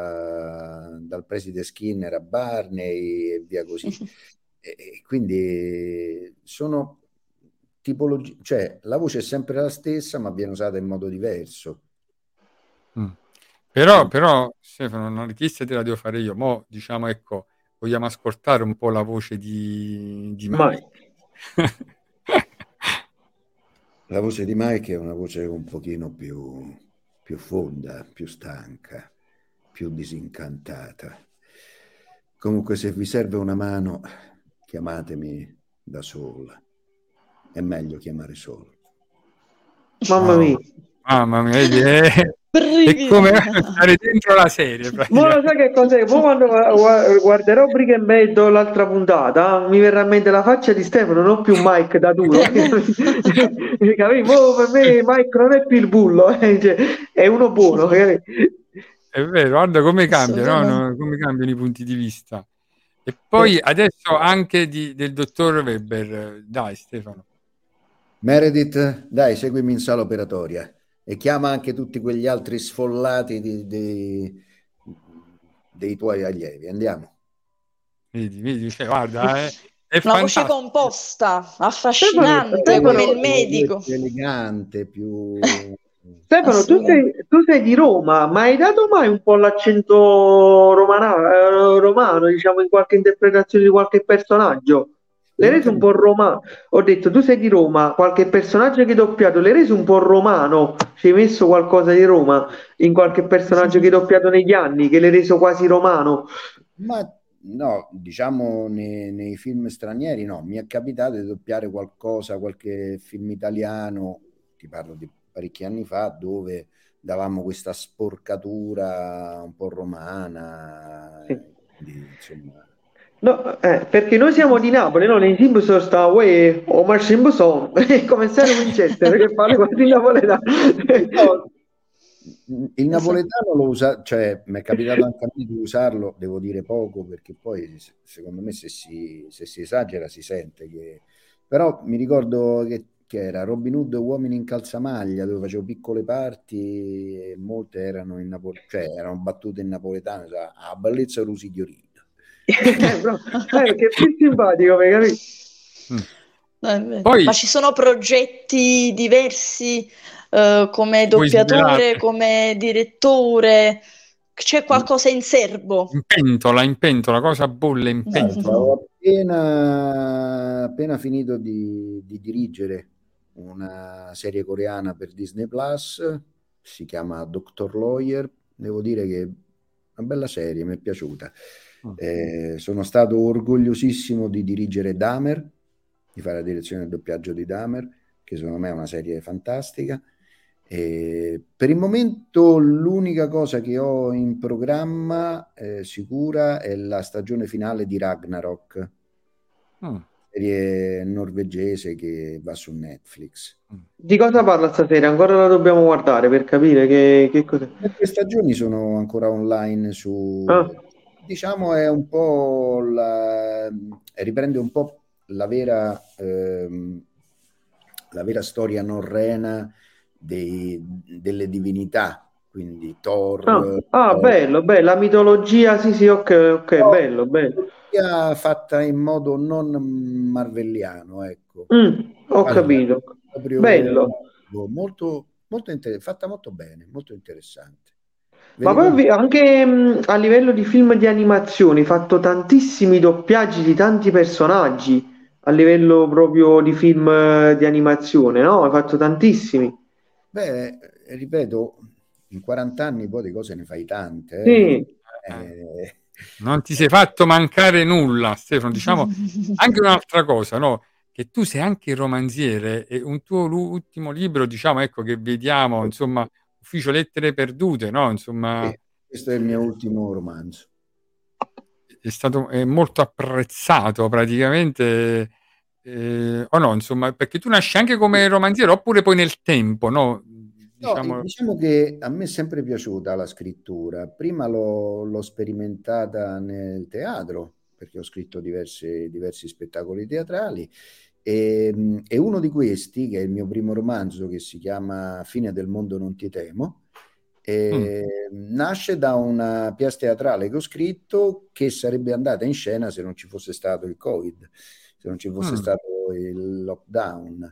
dal preside Skinner a Barney e via così. E quindi sono tipologie, cioè la voce è sempre la stessa, ma viene usata in modo diverso. Però Stefano, una richiesta te la devo fare io. Mo, diciamo, ecco, vogliamo ascoltare un po' la voce di Mike. La voce di Mike è una voce un pochino più fonda, più stanca, più disincantata. Comunque, se vi serve una mano, chiamatemi da Soul. È meglio chiamare Soul. Mamma mia. Mamma mia, è come stare dentro la serie. Ma sai che cos'è? Poi quando guarderò Breaking Bad l'altra puntata, mi verrà in mente la faccia di Stefano, non più Mike da duro. Per me Mike non è più il bullo, cioè, è uno buono. È vero, guarda come cambia, no? Come cambiano i punti di vista. E poi adesso anche del dottor Weber, dai Stefano. Meredith, dai, seguimi in sala operatoria e chiama anche tutti quegli altri sfollati dei tuoi allievi. Andiamo. Vedi, cioè, guarda, è Una voce fantastico. composta, affascinante, Stefano, come il medico. Più elegante, più... Stefano, tu sei di Roma, ma hai dato mai un po' l'accento romano, diciamo, in qualche interpretazione di qualche personaggio? L'hai reso un po' romano. Ho detto, tu sei di Roma, qualche personaggio che hai doppiato, l'hai reso un po' romano? Ci hai messo qualcosa di Roma in qualche personaggio che hai doppiato negli anni, che l'hai reso quasi romano? Ma no, diciamo nei film stranieri no, mi è capitato di doppiare qualcosa, qualche film italiano, ti parlo di parecchi anni fa, dove davamo questa sporcatura un po' romana, Sì. quindi, insomma... No, perché noi siamo di Napoli, no? Nei Simpson sta uè, Omar Simpson, è come Sergio Winchester che parla quasi napoletano. Il napoletano lo usa, cioè mi è capitato anche a me di usarlo, devo dire poco, perché poi secondo me se si esagera si sente che... Però mi ricordo che era Robin Hood Uomini in calzamaglia, dove facevo piccole parti e molte erano in cioè erano battute in napoletano, cioè, a bellezza Rusigliorino. Che più simpatico, mi capisci? Poi, ma ci sono progetti diversi come Vuoi doppiatore, svelare? come direttore? C'è qualcosa in serbo? In pentola, cosa bolle in pentola? Ho appena finito di dirigere una serie coreana per Disney Plus, si chiama Dr. Lawyer, devo dire che è una bella serie, mi è piaciuta. Sono stato orgogliosissimo di dirigere Dahmer, di fare la direzione del doppiaggio di Dahmer, che secondo me è una serie fantastica. Per il momento l'unica cosa che ho in programma sicura è la stagione finale di Ragnarok, serie norvegese che va su Netflix. Di cosa parla stasera? Ancora la dobbiamo guardare per capire che cos'è. Le stagioni sono ancora online su... Diciamo è un po' riprende un po' la vera storia norrena delle divinità, quindi Thor. Bello, la mitologia, sì, ok, bello. Fatta in modo non marvelliano, ecco. Ho capito. Proprio bello. Molto fatta molto bene, molto interessante. Ma poi anche a livello di film di animazione hai fatto tantissimi doppiaggi di tanti personaggi a livello proprio di film di animazione, no? Hai fatto tantissimi. Beh, ripeto, in 40 anni poi di cose ne fai tante. Sì. Non ti sei fatto mancare nulla, Stefano. Diciamo anche un'altra cosa, no? Che tu sei anche romanziere e un tuo ultimo libro, diciamo, ecco, che vediamo, insomma, Ufficio Lettere Perdute, no? Insomma, sì, questo è il mio ultimo romanzo. È stato molto apprezzato praticamente, o no, insomma, perché tu nasci anche come romanziere oppure poi nel tempo, no? Diciamo che a me è sempre piaciuta la scrittura. Prima l'ho sperimentata nel teatro, perché ho scritto diversi spettacoli teatrali, e uno di questi, che è il mio primo romanzo, che si chiama Fine del mondo non ti temo, nasce da una pièce teatrale che ho scritto, che sarebbe andata in scena se non ci fosse stato il Covid, se non ci fosse stato il lockdown.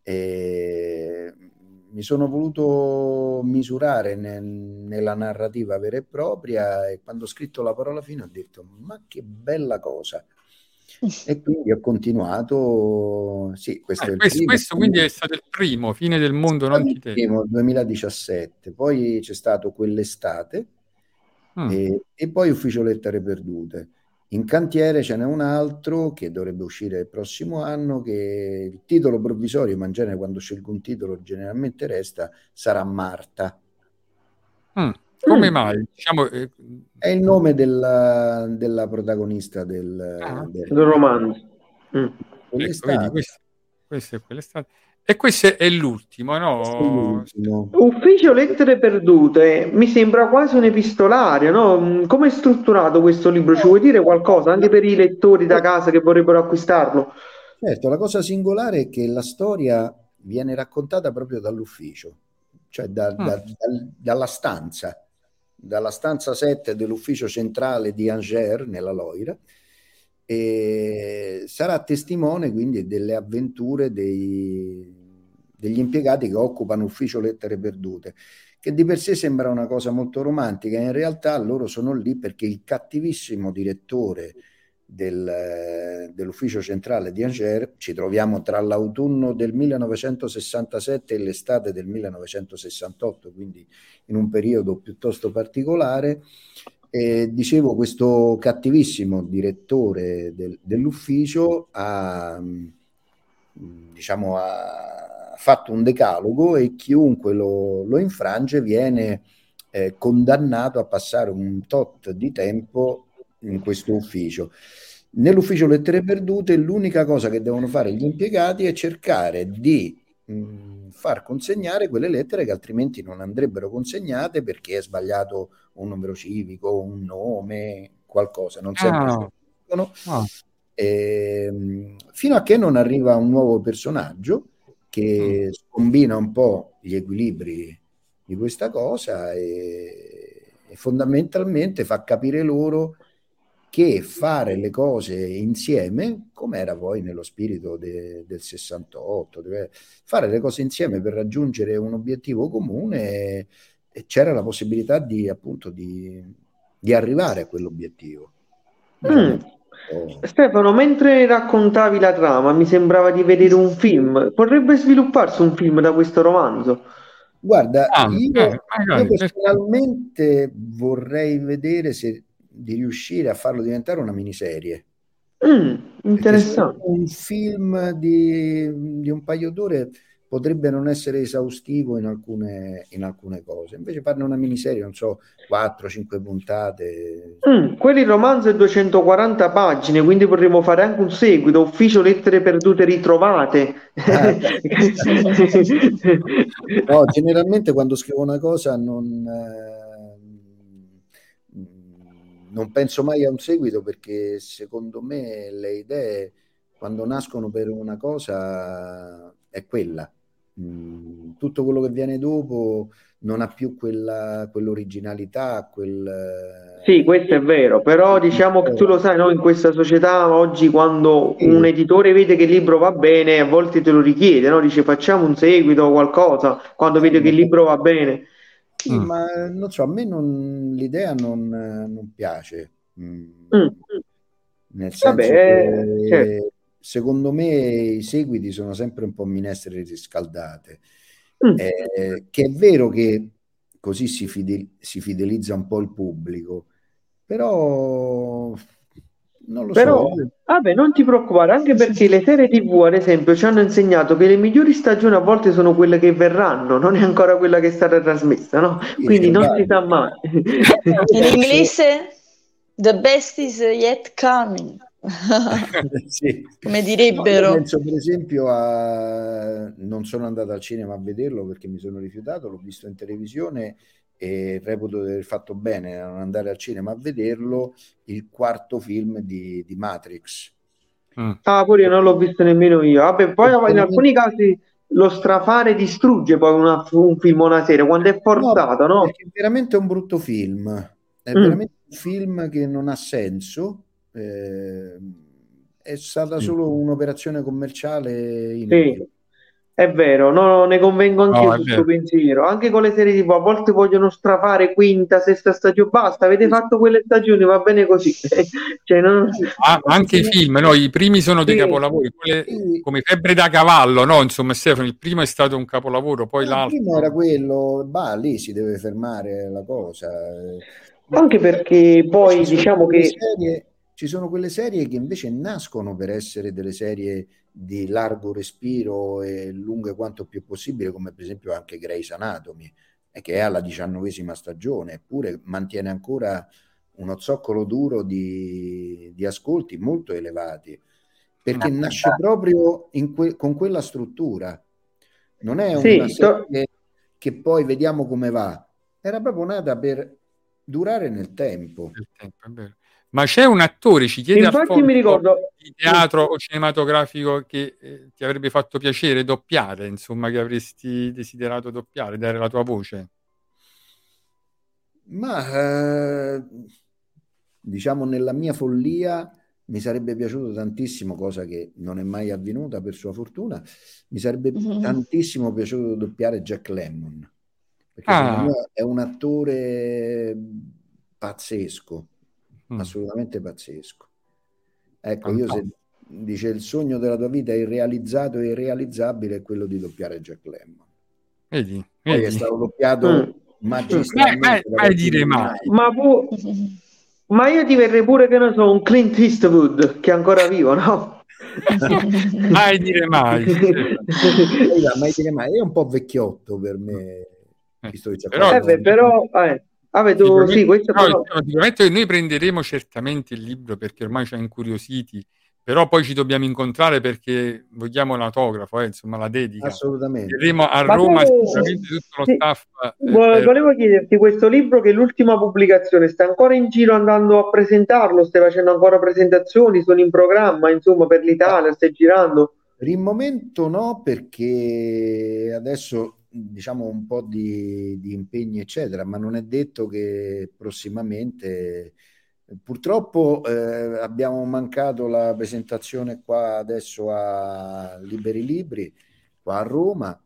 Mi sono voluto misurare nella narrativa vera e propria, e quando ho scritto la parola fine ho detto ma che bella cosa, e quindi ho continuato. Sì, questo è il primo. Questo quindi è stato il primo, Fine del mondo non ti temo, 2017, poi c'è stato Quell'estate e poi Ufficio Lettere Perdute. In cantiere ce n'è un altro che dovrebbe uscire il prossimo anno, che il titolo provvisorio, ma in genere quando scelgo un titolo generalmente resta, sarà Marta. Come mai? Diciamo, è il nome della protagonista del romanzo. Ecco, vedi, questo è Quell'estate. E questo è l'ultimo, no? Ufficio Lettere Perdute, mi sembra quasi un epistolario, no? Come è strutturato questo libro? Ci vuoi dire qualcosa anche per i lettori da casa che vorrebbero acquistarlo? Certo, la cosa singolare è che la storia viene raccontata proprio dall'ufficio, cioè dalla stanza 7 dell'ufficio centrale di Angers, nella Loira, e sarà testimone quindi delle avventure degli impiegati che occupano Ufficio Lettere Perdute, che di per sé sembra una cosa molto romantica. In realtà loro sono lì perché il cattivissimo direttore dell'ufficio centrale di Angers, ci troviamo tra l'autunno del 1967 e l'estate del 1968, quindi in un periodo piuttosto particolare. Dicevo, questo cattivissimo direttore dell'ufficio ha fatto un decalogo, e chiunque lo infrange viene condannato a passare un tot di tempo in questo ufficio. Nell'ufficio Lettere Perdute l'unica cosa che devono fare gli impiegati è cercare di far consegnare quelle lettere che altrimenti non andrebbero consegnate, perché è sbagliato un numero civico, un nome, qualcosa, non sempre si capiscono. Fino a che non arriva un nuovo personaggio che scombina un po' gli equilibri di questa cosa e fondamentalmente fa capire loro che fare le cose insieme, come era poi nello spirito del 68, fare le cose insieme per raggiungere un obiettivo comune, e c'era la possibilità di arrivare a quell'obiettivo. Stefano, mentre raccontavi la trama mi sembrava di vedere un film. Potrebbe svilupparsi un film da questo romanzo? Guarda, io personalmente vorrei vedere di riuscire a farlo diventare una miniserie. Interessante. Un film di un paio d'ore potrebbe non essere esaustivo in alcune cose, invece farne una miniserie, non so, 4-5 puntate. Quello il romanzo è 240 pagine, quindi potremmo fare anche un seguito, Ufficio Lettere Perdute Ritrovate. No, generalmente quando scrivo una cosa non penso mai a un seguito, perché secondo me le idee, quando nascono per una cosa, è quella. Tutto quello che viene dopo non ha più quell'originalità, Sì, questo è vero, però diciamo che tu lo sai, no? In questa società oggi, quando un editore vede che il libro va bene, a volte te lo richiede, no? Dice facciamo un seguito o qualcosa, quando vede che il libro va bene. Sì, ma non so, a me l'idea non piace. Nel senso che certo. secondo me i seguiti sono sempre un po' minestre riscaldate. Che è vero che così si fidelizza un po' il pubblico, però non lo so. Vabbè, non ti preoccupare, anche perché le serie TV, ad esempio, ci hanno insegnato che le migliori stagioni a volte sono quelle che verranno, non è ancora quella che è stata trasmessa, no? Quindi non si sa mai. In inglese, the best is yet coming. Sì. Come direbbero. Io penso, per esempio, non sono andato al cinema a vederlo perché mi sono rifiutato, l'ho visto in televisione e reputo di aver fatto bene a non andare al cinema a vederlo, il quarto film di Matrix. Pure io non l'ho visto nemmeno io. Vabbè, poi in alcuni casi lo strafare distrugge poi un film o una serie quando è forzato, no? Perché è veramente un brutto film, è veramente un film che non ha senso. È stata solo un'operazione commerciale inutile. Sì, è vero, no, ne convengo anch'io sul tuo pensiero. Anche con le serie TV a volte vogliono strafare quinta, sesta stagione, basta, avete fatto quelle stagioni, va bene così. Cioè, anche i film, no? I primi sono dei capolavori, come Febbre da cavallo, no? Insomma, Stefano, il primo è stato un capolavoro, poi l'altro. Il primo era quello, lì si deve fermare la cosa. Anche perché poi diciamo che ci sono quelle serie che invece nascono per essere delle serie di largo respiro e lunghe quanto più possibile, come per esempio anche Grey's Anatomy, che è alla 19ª stagione, eppure mantiene ancora uno zoccolo duro di ascolti molto elevati, perché nasce proprio con quella struttura. Non è una serie che poi vediamo come va, era proprio nata per durare nel tempo. È vero. Ma c'è un attore, ci chiede Infatti Alfonso, mi ricordo, di teatro o cinematografico che ti avrebbe fatto piacere doppiare, insomma, che avresti desiderato doppiare, dare la tua voce? Ma diciamo nella mia follia mi sarebbe piaciuto tantissimo, cosa che non è mai avvenuta per sua fortuna, mi sarebbe tantissimo piaciuto doppiare Jack Lemmon, perché secondo me è un attore pazzesco, assolutamente pazzesco. Ecco, io se dice il sogno della tua vita è irrealizzato e irrealizzabile è quello di doppiare Jack Lemmon. Vedi, Poi è stato doppiato magistralmente mai dire mai. Ma io ti verrei pure, che ne so, un Clint Eastwood che è ancora vivo, no? Mai dire mai. Mai dire mai. È un po' vecchiotto per me. Visto che vabbè, tu, sì, questo però... Ti prometto che noi prenderemo certamente il libro perché ormai ci ha incuriositi, però poi ci dobbiamo incontrare perché vogliamo l'autografo, insomma la dedica. Assolutamente. Vedremo a Roma sicuramente tutto lo staff. Volevo chiederti, questo libro che è l'ultima pubblicazione, sta ancora in giro andando a presentarlo? Stai facendo ancora presentazioni? Sono in programma, insomma, per l'Italia? Stai girando? Per il momento no, perché adesso diciamo un po' di impegni eccetera, ma non è detto che prossimamente. Purtroppo abbiamo mancato la presentazione qua adesso a Liberi Libri, qua a Roma.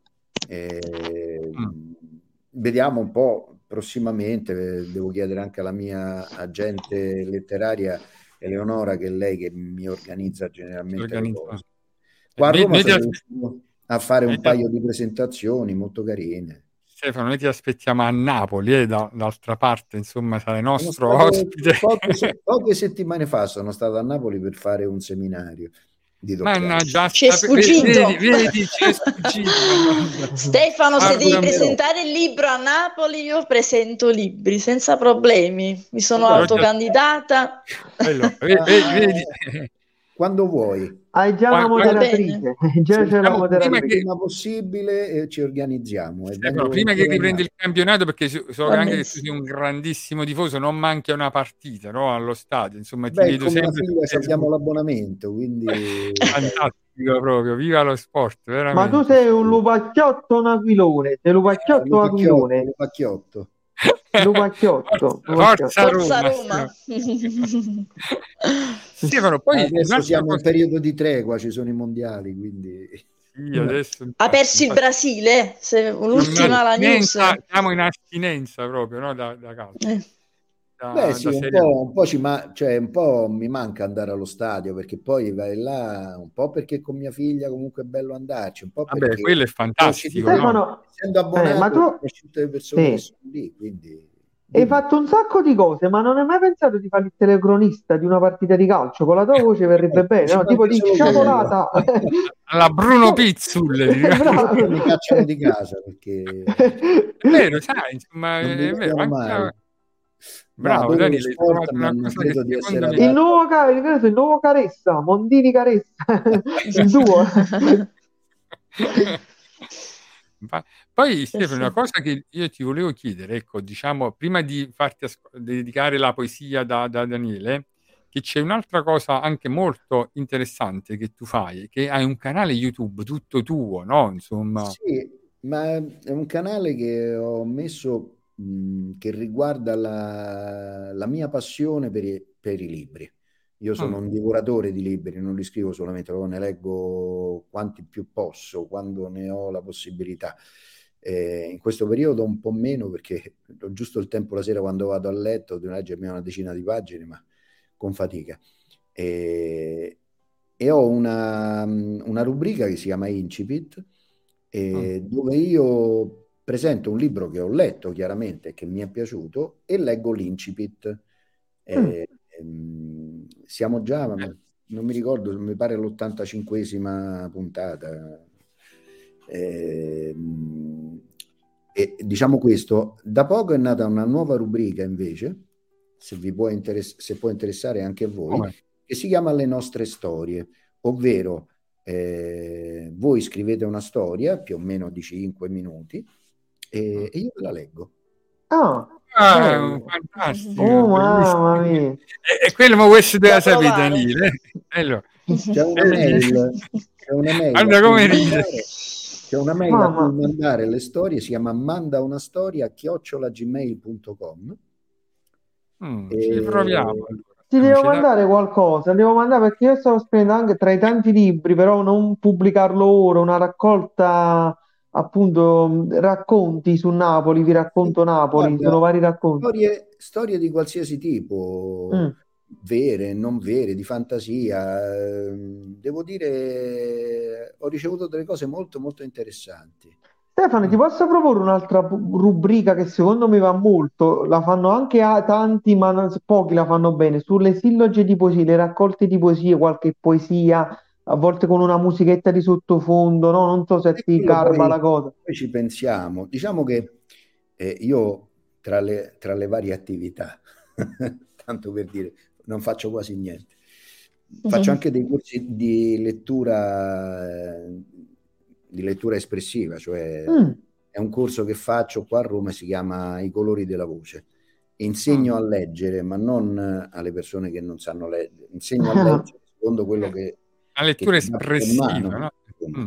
Vediamo un po' prossimamente, devo chiedere anche alla mia agente letteraria Eleonora, che è lei che mi organizza generalmente le cose. Qua a Roma sono riuscito a fare un paio di presentazioni molto carine. Stefano, noi ti aspettiamo a Napoli, d'altra parte, insomma, sarai nostro ospite. Poche settimane fa sono stato a Napoli per fare un seminario di doppiaggio. Ci è sfuggito. Vedi, ci è sfuggito. Stefano, se devi presentare il libro a Napoli, io presento libri senza problemi. Mi sono autocandidata. Vedi. Quando vuoi. Hai già una moderatrice. Già c'è la moderatrice. Prima possibile ci organizziamo. Stefano, prima che riprendi il campionato, perché so anche che tu sei un grandissimo tifoso, non manchi una partita, no? Allo stadio. Insomma, ti vedo sempre. Abbiamo l'abbonamento, quindi fantastico proprio. Viva lo sport, veramente. Ma tu sei un lupacchiotto o un aquilone? Sei lupacchiotto o aquilone? Lupacchiotto. Lupacchiotto. Forza Roma. Stefano, poi adesso siamo in periodo di tregua, ci sono i mondiali, quindi adesso ha perso il Brasile, l'ultima la news. Siamo in astinenza proprio, no? Da calcio. Sì, un po' mi manca andare allo stadio, perché poi vai là, un po' perché con mia figlia comunque è bello andarci, un po' perché quello è fantastico, no? Essendo abbonato, tutte le persone che sono lì, quindi hai fatto un sacco di cose, ma non hai mai pensato di fare il telecronista di una partita di calcio? Con la tua voce verrebbe bene, no? Tipo di sciabolata. Alla Bruno Pizzul. Mi cacciano di casa, perché è vero, sai, insomma, è vero. Anche... Bravo, Daniele, hai trovato una cosa che secondo me... il nuovo Caressa, Mondini Caressa, il duo. Poi Stefano, una cosa che io ti volevo chiedere, ecco, diciamo, prima di farti dedicare la poesia da Daniele, che c'è un'altra cosa anche molto interessante che tu fai, che hai un canale YouTube tutto tuo, no? Insomma. Sì, ma è un canale che ho messo che riguarda la mia passione per i libri. Io sono un divoratore di libri, non li scrivo solamente, però ne leggo quanti più posso, quando ne ho la possibilità. In questo periodo un po' meno, perché ho giusto il tempo la sera quando vado a letto di leggermi una decina di pagine, ma con fatica. E ho una rubrica che si chiama Incipit, dove io presento un libro che ho letto chiaramente, che mi è piaciuto, e leggo l'Incipit. Siamo già, non mi ricordo, mi pare l'85esima puntata. E diciamo questo, da poco è nata una nuova rubrica invece, se può interessare anche a voi, che si chiama Le nostre storie, ovvero voi scrivete una storia più o meno di 5 minuti e io ve la leggo. Ah, fantastico. oh mamma mia. E quello ma questo deve Da sapere, provare. Danilo. Allora. C'è una mail Guarda a come cui ride. mandare, c'è una mail a Mamma. cui mandare le storie, si chiama mandaunastoria@gmail.com. Ci proviamo. Ti Allora. devo mandare qualcosa, devo mandare perché io stavo scrivendo anche tra i tanti libri, però non pubblicarlo ora, una raccolta appunto racconti su Napoli, vi racconto Napoli, Guarda, sono vari racconti. storie di qualsiasi tipo, Mm. vere, non vere, di fantasia. Devo dire, ho ricevuto delle cose molto molto interessanti. Stefano, ti posso proporre un'altra rubrica che secondo me va molto, la fanno anche tanti, ma pochi la fanno bene, sulle silloge di poesie, le raccolte di poesie, qualche poesia, a volte con una musichetta di sottofondo, no? Non so se E ti quello garba la cosa. poi ci pensiamo. Diciamo che io tra le varie attività, tanto per dire, non faccio quasi niente. Faccio anche dei corsi di lettura espressiva, cioè è un corso che faccio qua a Roma, si chiama I colori della voce. Insegno a leggere, ma non alle persone che non sanno leggere, insegno a leggere secondo quello che la lettura che ti dà espressiva, in mano, no?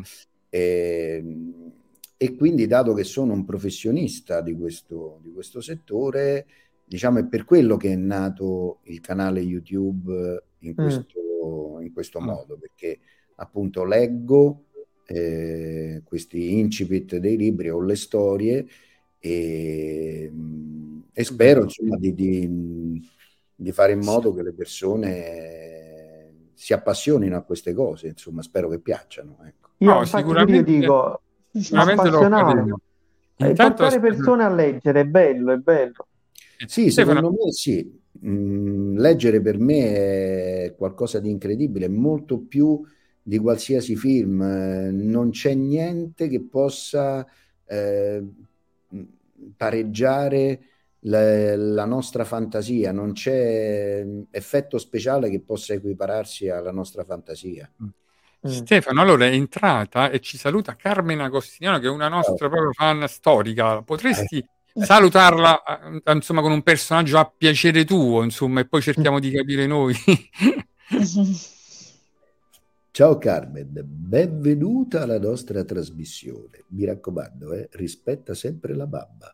E quindi, dato che sono un professionista di questo settore, diciamo, è per quello che è nato il canale YouTube in questo modo, perché appunto leggo questi incipit dei libri o le storie e spero insomma di fare in modo che le persone si appassionino a queste cose, insomma, spero che piacciono, ecco. Io sicuramente, io dico sicuramente lo appassionare faremo. e portare persone a leggere, è bello, è bello. Sì, secondo me sì. Leggere per me è qualcosa di incredibile, molto più di qualsiasi film. Non c'è niente che possa pareggiare la nostra fantasia, non c'è effetto speciale che possa equipararsi alla nostra fantasia. Stefano, allora è entrata e ci saluta Carmen Agostiniano, che è una nostra proprio fan storica. Potresti salutarla insomma con un personaggio a piacere tuo, insomma, e poi cerchiamo di capire noi. Ciao Carmen, benvenuta alla nostra trasmissione. Mi raccomando, rispetta sempre la babba.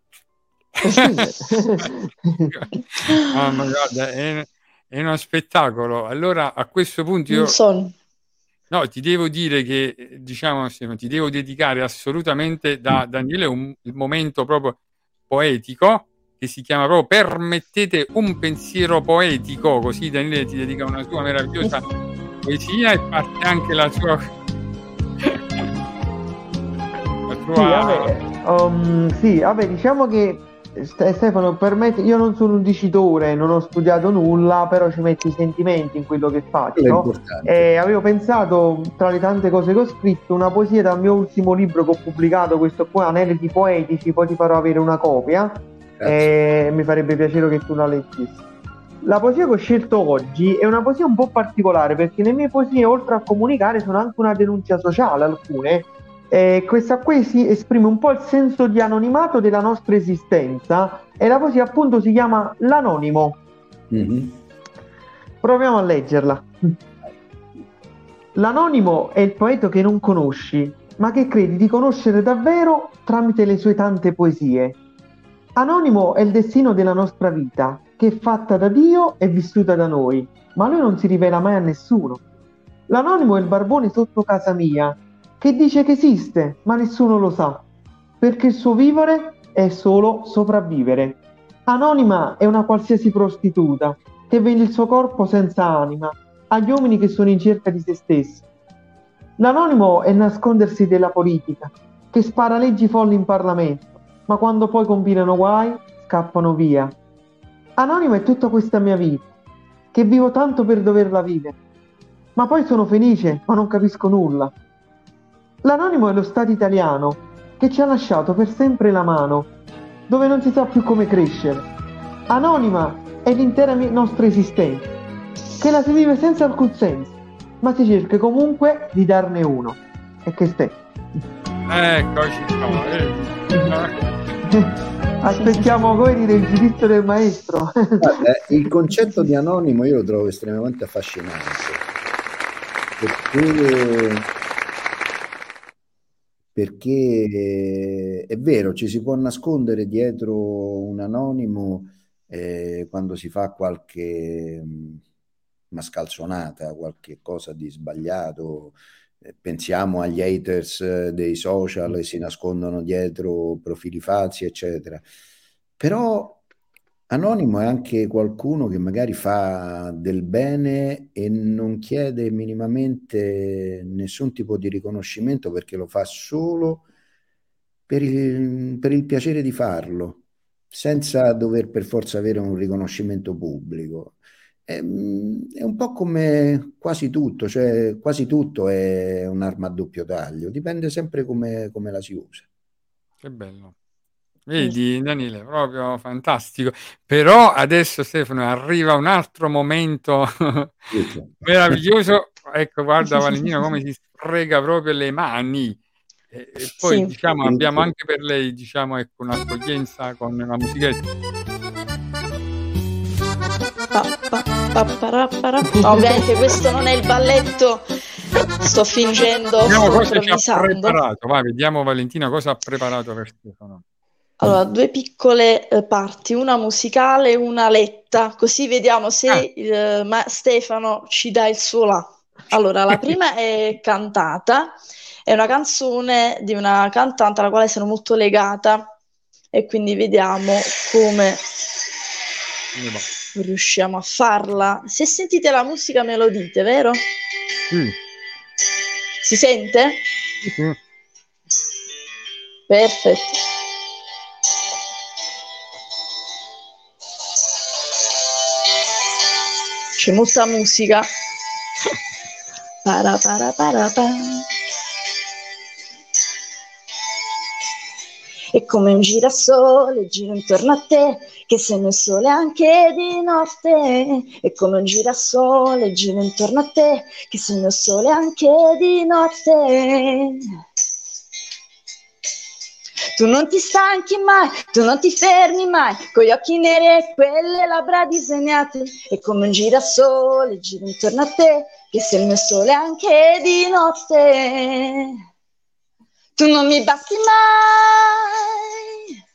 Ma guarda, è uno spettacolo. Allora, a questo punto io no, ti devo dire che, diciamo, ti devo dedicare assolutamente da Daniele il momento proprio poetico, che si chiama proprio Permettete un pensiero poetico, così Daniele ti dedica una sua meravigliosa poesia e parte anche la sua sì, vabbè, diciamo che Stefano, io non sono un dicitore, non ho studiato nulla, però ci metti i sentimenti in quello che faccio. E avevo pensato, tra le tante cose che ho scritto, una poesia dal mio ultimo libro che ho pubblicato, questo qua, Aneliti Poetici, poi ti farò avere una copia e mi farebbe piacere che tu la leggessi. La poesia che ho scelto oggi è una poesia un po' particolare, perché le mie poesie, oltre a comunicare, sono anche una denuncia sociale, alcune. Questa qui si esprime un po' il senso di anonimato della nostra esistenza e la poesia appunto si chiama L'Anonimo. Proviamo a leggerla. L'anonimo è il poeta che non conosci, ma che credi di conoscere davvero tramite le sue tante poesie. Anonimo è il destino della nostra vita, che è fatta da Dio e vissuta da noi, ma lui non si rivela mai a nessuno. L'anonimo è il barbone sotto casa mia, che dice che esiste, ma nessuno lo sa, perché il suo vivere è solo sopravvivere. Anonima è una qualsiasi prostituta, che vende il suo corpo senza anima, agli uomini che sono in cerca di se stessi. L'anonimo è nascondersi della politica, che spara leggi folli in Parlamento, ma quando poi combinano guai, scappano via. Anonimo è tutta questa mia vita, che vivo tanto per doverla vivere, ma poi sono felice, ma non capisco nulla. L'anonimo è lo Stato italiano, che ci ha lasciato per sempre la mano, dove non si sa più come crescere. Anonima è l'intera nostra esistenza, che la si vive senza alcun senso, ma si cerca comunque di darne uno. E che stai? Eccoci qua. Aspettiamo, come dire, il giudizio del maestro. Guarda, il concetto di anonimo io lo trovo estremamente affascinante, perché è vero, ci si può nascondere dietro un anonimo quando si fa qualche mascalzonata, qualche cosa di sbagliato. Pensiamo agli haters dei social e si nascondono dietro profili falsi, eccetera. Però anonimo è anche qualcuno che magari fa del bene e non chiede minimamente nessun tipo di riconoscimento, perché lo fa solo per il piacere di farlo, senza dover per forza avere un riconoscimento pubblico. È un po' come quasi tutto, cioè quasi tutto è un'arma a doppio taglio, dipende sempre come la si usa. Che bello. Vedi, Daniele, proprio fantastico. Però adesso, Stefano, arriva un altro momento meraviglioso. Ecco, guarda Valentina come si sfrega proprio le mani. E poi, Sì. diciamo, abbiamo anche per lei, diciamo, ecco, un'accoglienza con la musichetta. Ovviamente questo non è il balletto, sto fingendo, Vediamo sto cosa ci ha improvvisando. preparato. Vai, vediamo Valentina cosa ha preparato per Stefano. Allora, due piccole parti, una musicale e una letta, così vediamo se Stefano ci dà il suo là. Allora, la prima è cantata, è una canzone di una cantante alla quale sono molto legata e quindi vediamo come riusciamo a farla. Se sentite la musica me lo dite, vero? Si sente? Perfetto. C'è molta musica. Para para para pa. E come un girasole giro intorno a te, che sei il mio sole anche di notte. E come un girasole giro intorno a te, che sei il mio sole anche di notte. Tu non ti stanchi mai, tu non ti fermi mai, con gli occhi neri e quelle labbra disegnate. E come un girasole giro intorno a te, che sei il mio sole anche di notte. Tu non mi basti mai,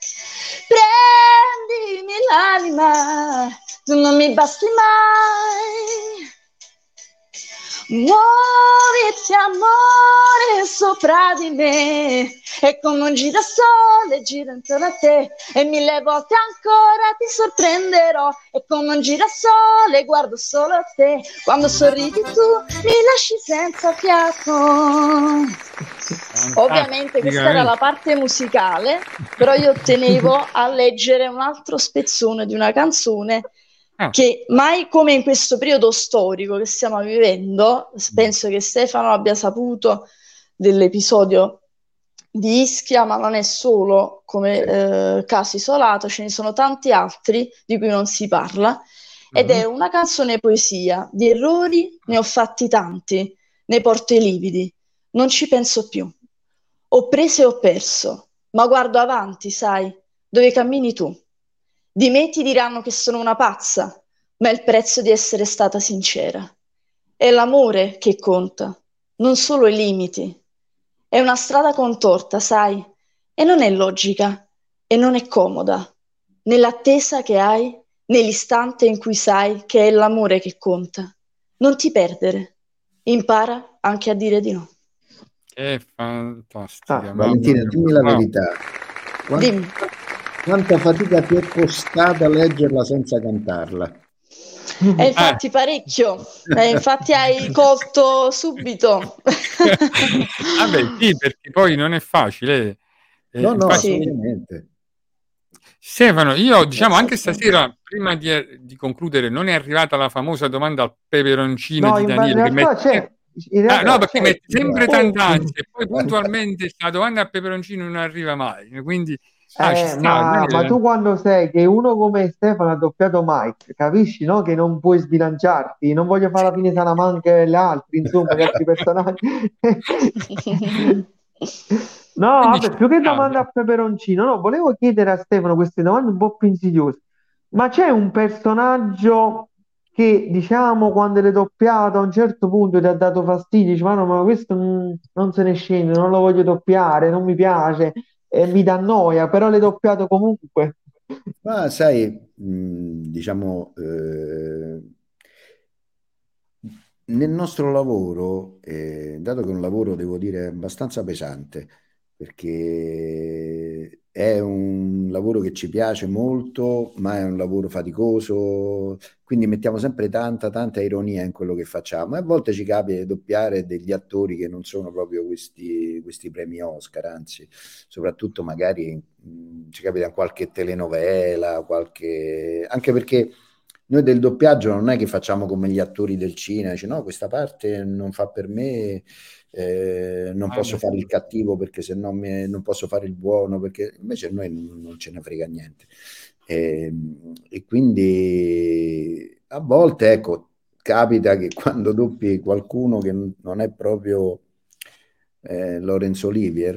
prendimi l'anima, tu non mi basti mai. Muoviti amore sopra di me, e come un girasole giro intorno a te, e 1000 volte ancora ti sorprenderò. E come un girasole guardo solo a te, quando sorridi tu mi lasci senza fiato. Ovviamente questa era la parte musicale, però io tenevo a leggere un altro spezzone di una canzone che mai come in questo periodo storico che stiamo vivendo, penso che Stefano abbia saputo dell'episodio di Ischia, ma non è solo come caso isolato, ce ne sono tanti altri di cui non si parla, ed è una canzone poesia, di errori ne ho fatti tanti, ne porto i lividi, non ci penso più, ho preso e ho perso, ma guardo avanti, sai, dove cammini tu. Di me ti diranno che sono una pazza, ma è il prezzo di essere stata sincera. È l'amore che conta, non solo i limiti. È una strada contorta, sai, e non è logica, e non è comoda. Nell'attesa che hai, nell'istante in cui sai che è l'amore che conta. Non ti perdere, impara anche a dire di no. È fantastica. Valentina, dimmi la verità. Dimmi. Quanta fatica ti è costata leggerla senza cantarla? E infatti parecchio, infatti hai colto subito. Vabbè, sì, perché poi non è facile. No, infatti, assolutamente. Stefano, io diciamo anche stasera, prima di concludere, non è arrivata la famosa domanda al peperoncino di Daniele. In realtà c'è. No, perché mette sempre tanta ansia e poi puntualmente la domanda al peperoncino non arriva mai. Quindi ma tu quando sai che uno come Stefano ha doppiato Mike, capisci, no? Che non puoi sbilanciarti, non voglio fare la fine Salamanca e gli altri, insomma, gli altri personaggi. No, Quindi vabbè, più che domanda ciao. a Peperoncino, no, volevo chiedere a Stefano queste domande un po' più insidiose. Ma c'è un personaggio che, diciamo, quando l'hai doppiato a un certo punto ti ha dato fastidio, dici, ma no, ma questo non se ne scende, non lo voglio doppiare, non mi piace, mi dà noia, però l'hai doppiato comunque. Ma sai, diciamo, nel nostro lavoro, dato che è un lavoro, devo dire, abbastanza pesante, perché è un lavoro che ci piace molto, ma è un lavoro faticoso, quindi mettiamo sempre tanta ironia in quello che facciamo. E a volte ci capita di doppiare degli attori che non sono proprio questi premi Oscar, anzi, soprattutto magari ci capita in qualche telenovela, anche perché noi del doppiaggio non è che facciamo come gli attori del cinema, dice no, questa parte non fa per me, non posso fare il cattivo perché se no non posso fare il buono, perché invece a noi non ce ne frega niente. E quindi a volte, ecco, capita che quando doppi qualcuno che non è proprio Laurence Olivier,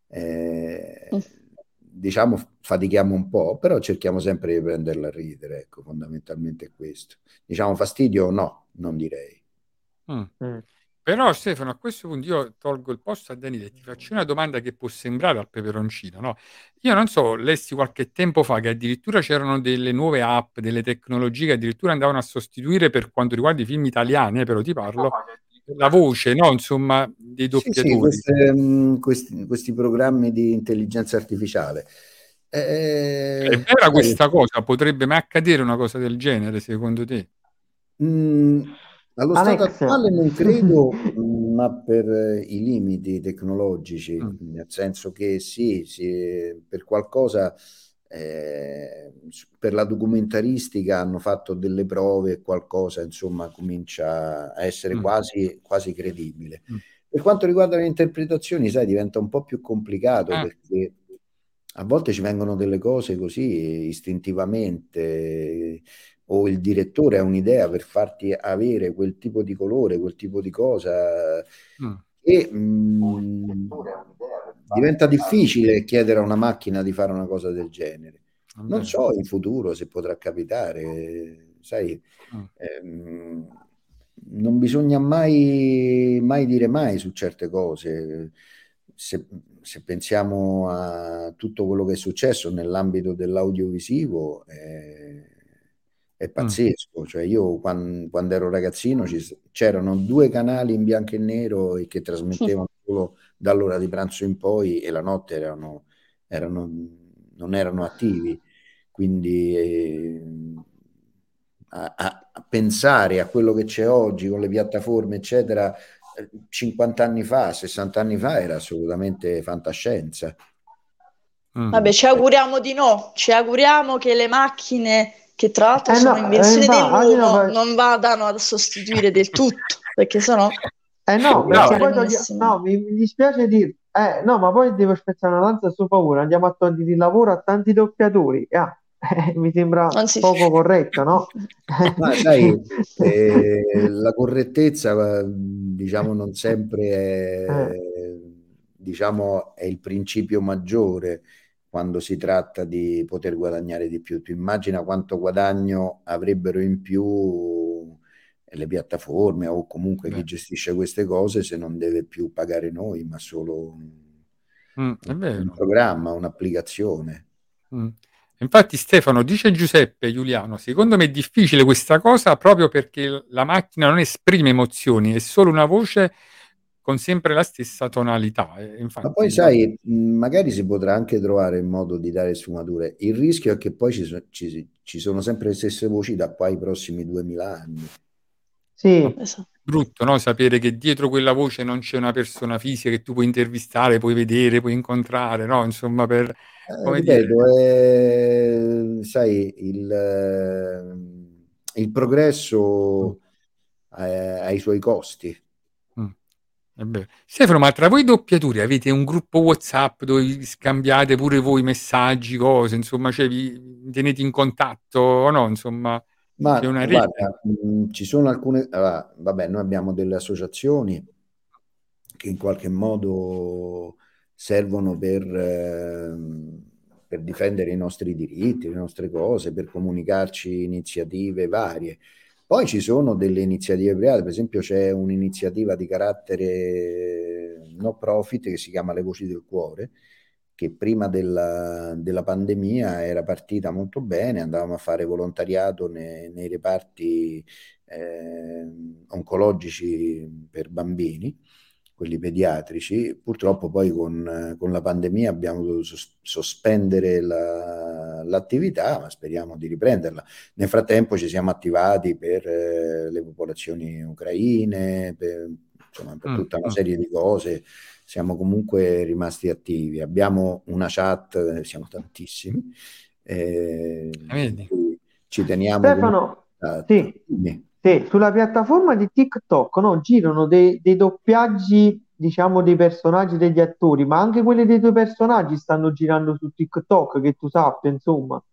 diciamo fatichiamo un po', però cerchiamo sempre di prenderla a ridere, ecco, fondamentalmente è questo. Diciamo fastidio no, non direi. Mm. Mm. Però Stefano, a questo punto io tolgo il posto a Daniele e ti faccio una domanda che può sembrare al peperoncino, no? Io non so, lessi qualche tempo fa che addirittura c'erano delle nuove app, delle tecnologie che addirittura andavano a sostituire per quanto riguarda i film italiani, però ti parlo, la voce, no? Insomma, dei Sì, doppiatori. questi programmi di intelligenza artificiale. È vera questa cosa? Potrebbe mai accadere una cosa del genere, secondo te? Mm, allo stato Alexia. attuale non credo, ma per i limiti tecnologici, Mm, nel senso che sì, per qualcosa, per la documentaristica hanno fatto delle prove e qualcosa, insomma, comincia a essere mm, quasi credibile. mm. Per quanto riguarda le interpretazioni, sai, diventa un po' più complicato Eh, perché a volte ci vengono delle cose così istintivamente, o il direttore ha un'idea per farti avere quel tipo di colore, quel tipo di cosa, mm, e diventa difficile chiedere a una macchina di fare una cosa del genere. è Non vero. so in futuro se potrà capitare, sai, Mm, non bisogna mai dire mai su certe cose. Se pensiamo a tutto quello che è successo nell'ambito dell'audiovisivo, è mm, pazzesco. Cioè io quando ero ragazzino c'erano due canali in bianco e nero e che trasmettevano solo dall'ora di pranzo in poi e la notte erano- non erano attivi. Quindi a pensare a quello che c'è oggi con le piattaforme, eccetera, 50 anni fa, 60 anni fa era assolutamente fantascienza. mm. Vabbè, ci auguriamo di no, ci auguriamo che le macchine, che tra l'altro No, sono invenzioni oggi no, dell'uomo, non vadano a sostituire del tutto, perché sennò no, non perché No, poi faremmo. no, mi dispiace dire, no, ma poi devo spezzare una lanza a suo favore, andiamo a togliere il lavoro a tanti doppiatori, mi sembra Anzi, poco corretto, no? Ma sai, la correttezza, diciamo, non sempre Eh, diciamo, è il principio maggiore quando si tratta di poter guadagnare di più. Tu immagina quanto guadagno avrebbero in più le piattaforme o comunque chi beh, gestisce queste cose se non deve più pagare noi, ma solo è un vero. programma, un'applicazione. Mm. Infatti Stefano dice Giuseppe Giuliano, secondo me è difficile questa cosa proprio perché la macchina non esprime emozioni, è solo una voce con sempre la stessa tonalità. E Ma poi infatti, vabbè. sai, magari si potrà anche trovare il modo di dare sfumature. Il rischio è che poi ci sono sempre le stesse voci da qua ai prossimi 2000 anni. sì, esatto. Brutto, no? Sapere che dietro quella voce non c'è una persona fisica che tu puoi intervistare, puoi vedere, puoi incontrare, no? Insomma, per, come dire, Ripeto, sai, il mm, progresso ha i suoi costi. mm, è vero. Stefano, ma tra voi doppiatori avete un gruppo WhatsApp dove vi scambiate pure voi messaggi, cose, insomma, cioè vi tenete in contatto o no? Insomma, c'è Ma una rete. guarda, ci sono alcune, allora, vabbè, noi abbiamo delle associazioni che in qualche modo servono per difendere i nostri diritti, le nostre cose, per comunicarci iniziative varie. Poi ci sono delle iniziative private, per esempio c'è un'iniziativa di carattere no profit che si chiama Le Voci del Cuore, che prima della pandemia era partita molto bene, andavamo a fare volontariato nei reparti oncologici per bambini, quelli pediatrici. Purtroppo poi con la pandemia abbiamo dovuto sospendere l'attività, ma speriamo di riprenderla. Nel frattempo ci siamo attivati per le popolazioni ucraine, insomma, per tutta una serie di cose. Siamo comunque rimasti attivi. Abbiamo una chat, siamo tantissimi. Ci teniamo. Stefano, sì, sulla piattaforma di TikTok, no, girano dei doppiaggi, diciamo, dei personaggi degli attori, ma anche quelli dei tuoi personaggi stanno girando su TikTok, che tu sappia, insomma.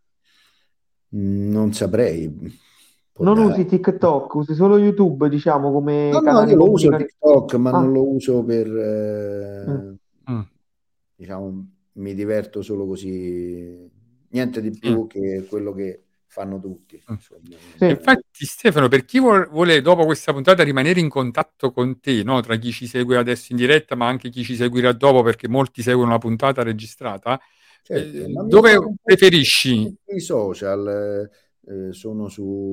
Non saprei. Non usi TikTok, usi solo YouTube, diciamo, come canale io lo uso comunicativo. TikTok, ma non lo uso per, diciamo, mi diverto solo così, niente di più che quello che fanno tutti. Infatti, Stefano, per chi vuole dopo questa puntata rimanere in contatto con te, no? Tra chi ci segue adesso in diretta, ma anche chi ci seguirà dopo, perché molti seguono la puntata registrata, dove preferisci? I social, sono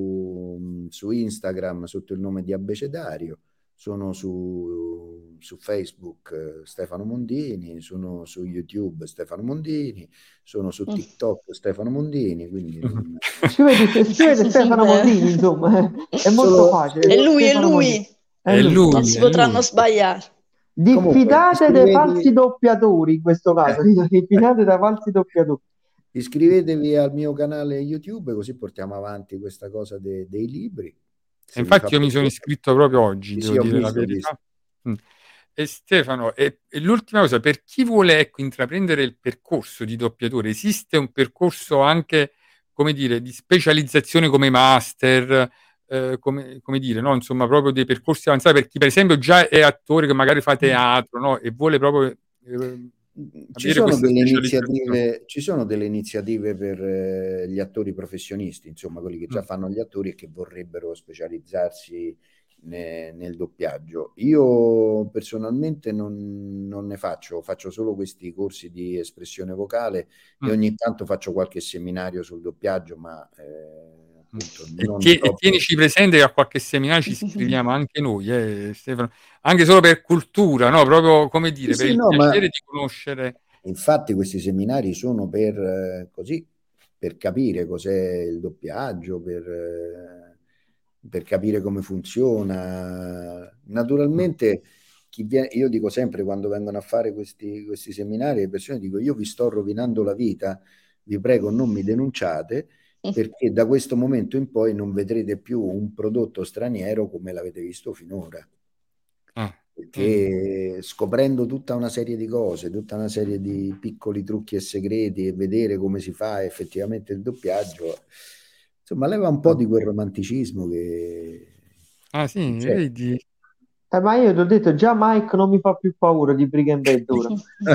su Instagram sotto il nome di Abbecedario, sono su Facebook Stefano Mondini, sono su YouTube Stefano Mondini, sono su TikTok Stefano Mondini, quindi scrivete Stefano Mondini, insomma, è molto facile. È lui. Non si potranno sbagliare. Diffidate dai falsi doppiatori in questo caso, diffidate dai falsi doppiatori. Iscrivetevi al mio canale YouTube, così portiamo avanti questa cosa dei libri. Infatti io mi sono iscritto proprio oggi, devo dire la verità. E Stefano, e l'ultima cosa, per chi vuole intraprendere il percorso di doppiatore, esiste un percorso anche, come dire, di specializzazione come master, come dire, no? Insomma, proprio dei percorsi avanzati per chi per esempio già è attore che magari fa teatro, no? E vuole proprio ci sono delle iniziative per gli attori professionisti, insomma, quelli che già fanno gli attori e che vorrebbero specializzarsi nel doppiaggio. Io personalmente non ne faccio solo questi corsi di espressione vocale e ogni tanto faccio qualche seminario sul doppiaggio, ma tienici presente che a qualche seminario ci iscriviamo anche noi, Stefano, anche solo per cultura, no? Proprio come dire, per il piacere di conoscere. Infatti questi seminari sono per capire cos'è il doppiaggio, per capire come funziona. Naturalmente io dico sempre, quando vengono a fare questi seminari, le persone dico: io vi sto rovinando la vita, vi prego non mi denunciate, perché da questo momento in poi non vedrete più un prodotto straniero come l'avete visto finora. Perché scoprendo tutta una serie di cose, tutta una serie di piccoli trucchi e segreti, e vedere come si fa effettivamente il doppiaggio, insomma, leva un po' di quel romanticismo che... sì, vedi? Ma io ti ho detto, già Mike non mi fa più paura di Breaking Bad ora.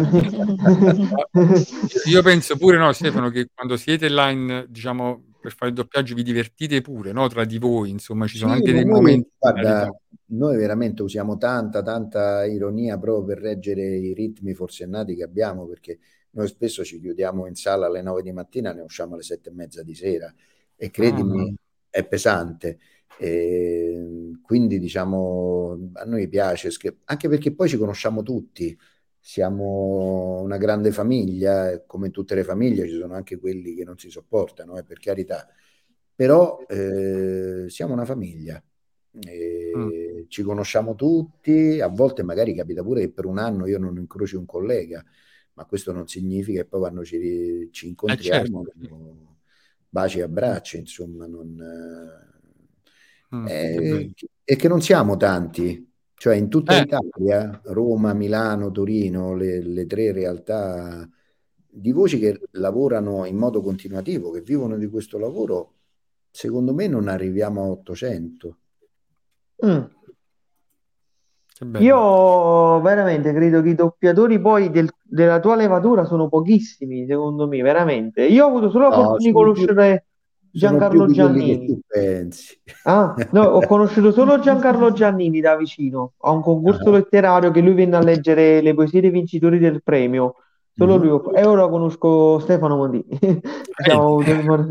Io penso pure, no, Stefano, che quando siete là diciamo, per fare il doppiaggio vi divertite pure, no, tra di voi, insomma, ci sono anche dei momenti. Guarda, noi veramente usiamo tanta ironia proprio per reggere i ritmi forsennati che abbiamo, perché noi spesso ci chiudiamo in sala alle 9 di mattina, ne usciamo alle 7:30 di sera, e credimi, è pesante. Quindi diciamo a noi piace, anche perché poi ci conosciamo tutti, siamo una grande famiglia, come in tutte le famiglie ci sono anche quelli che non si sopportano, per carità, però siamo una famiglia, ci conosciamo tutti. A volte magari capita pure che per un anno io non incroci un collega, ma questo non significa che poi quando ci incontriamo baci e abbracci, insomma, e che non siamo tanti, cioè in tutta l'Italia, Roma, Milano, Torino, le tre realtà di voci che lavorano in modo continuativo, che vivono di questo lavoro, secondo me non arriviamo a 800. Che bello. Io veramente credo che i doppiatori poi della tua levatura sono pochissimi, secondo me, veramente. Io ho avuto solo la No, fortuna di conoscere sono più Giancarlo di quelli che Giannini. tu pensi. Ah, no, ho conosciuto solo Giancarlo Giannini da vicino, a un concorso Ah, letterario che lui venne a leggere le poesie dei vincitori del premio. Solo mhm. lui. E ora conosco Stefano Mondini. Diciamo,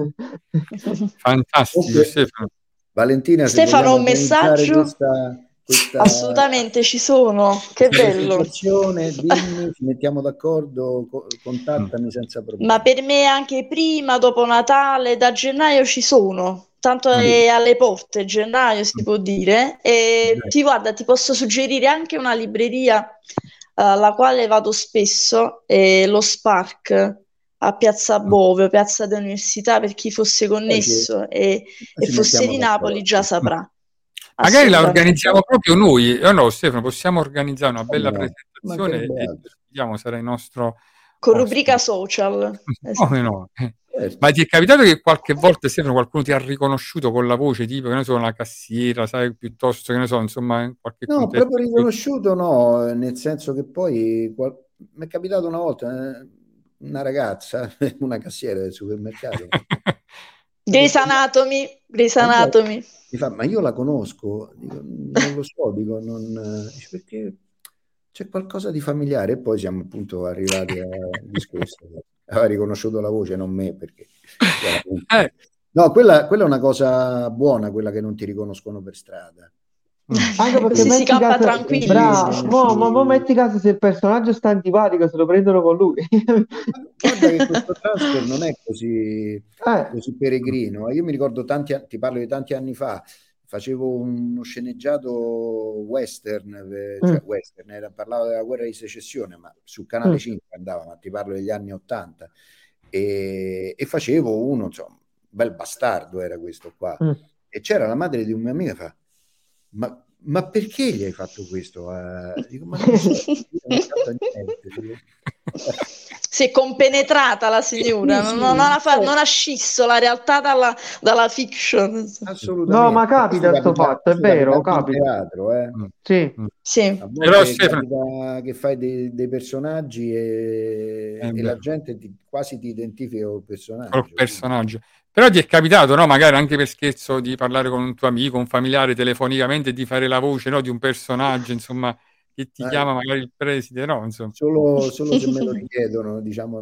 Fantastico, Comunque, Stefano. Valentina, se Stefano, vogliamo un organizzare messaggio? questa Assolutamente ci sono, che bello. presentazione, dimmi, ci mettiamo d'accordo, Mm. contattami senza Ma problemi. per me anche prima, dopo Natale, da gennaio ci sono. Tanto Mm. è alle porte, gennaio si può dire. E ti posso suggerire anche una libreria alla quale vado spesso, è lo Spark a Piazza Mm. Bovio, Piazza dell'Università, per chi fosse Poi connesso e ci fosse mettiamo di Napoli già d'accordo. saprà. Magari la Assolutamente. organizziamo proprio noi. No, Stefano, possiamo organizzare una Come bella no? presentazione Mancherebbe e altro. vediamo, sarà il nostro Con rubrica ospite. social. Come no? Certo. Ma ti è capitato che qualche volta, Stefano, qualcuno ti ha riconosciuto con la voce, tipo, che ne so, una cassiera, sai, piuttosto che ne so, insomma, in qualche No, contesto proprio più... riconosciuto no, nel senso che poi mi è capitato una volta una ragazza, una cassiera del supermercato, mi ha Grey's detto, Anatomy, Grey's ma io, Anatomy. mi fa, ma io la conosco. Dico, non lo so, dico, non, dice, perché c'è qualcosa di familiare. E poi siamo appunto arrivati al discorso. Aveva riconosciuto la voce, non me, perché chiaramente... No, quella è una cosa buona, quella che non ti riconoscono per strada. Anche perché Così si metti cappa caso, tranquilli. bravo, mo metti caso se il personaggio sta antipatico, se lo prendono con lui. Guarda che questo transfer non è così, Eh, così peregrino. Io mi ricordo ti parlo di tanti anni fa, facevo uno sceneggiato western, cioè mm, western, parlava della guerra di secessione, ma su Canale mm, 5 andava, ma ti parlo degli anni 80. E facevo uno, insomma, un bel bastardo era questo qua. mm. E c'era la madre di un mio amico che fa, ma perché gli hai fatto questo? Dico, ma non so, io non ho fatto niente. Dico. Si è compenetrata la Sì, signora, sì, non ha scisso la realtà dalla fiction. No, ma assolutamente. capita sto fatto, è Questo capita vero, anche in capita. teatro, eh. Sì. Sì. A Però, volte Stefano, capita che fai dei personaggi e la vero, gente quasi ti identifica col col personaggio. personaggio. Però ti è capitato, no? Magari anche per scherzo di parlare con un tuo amico, un familiare telefonicamente, di fare la voce, no? Di un personaggio, insomma, che ti Eh, chiama magari il preside, no? Insomma. solo se me lo richiedono, diciamo,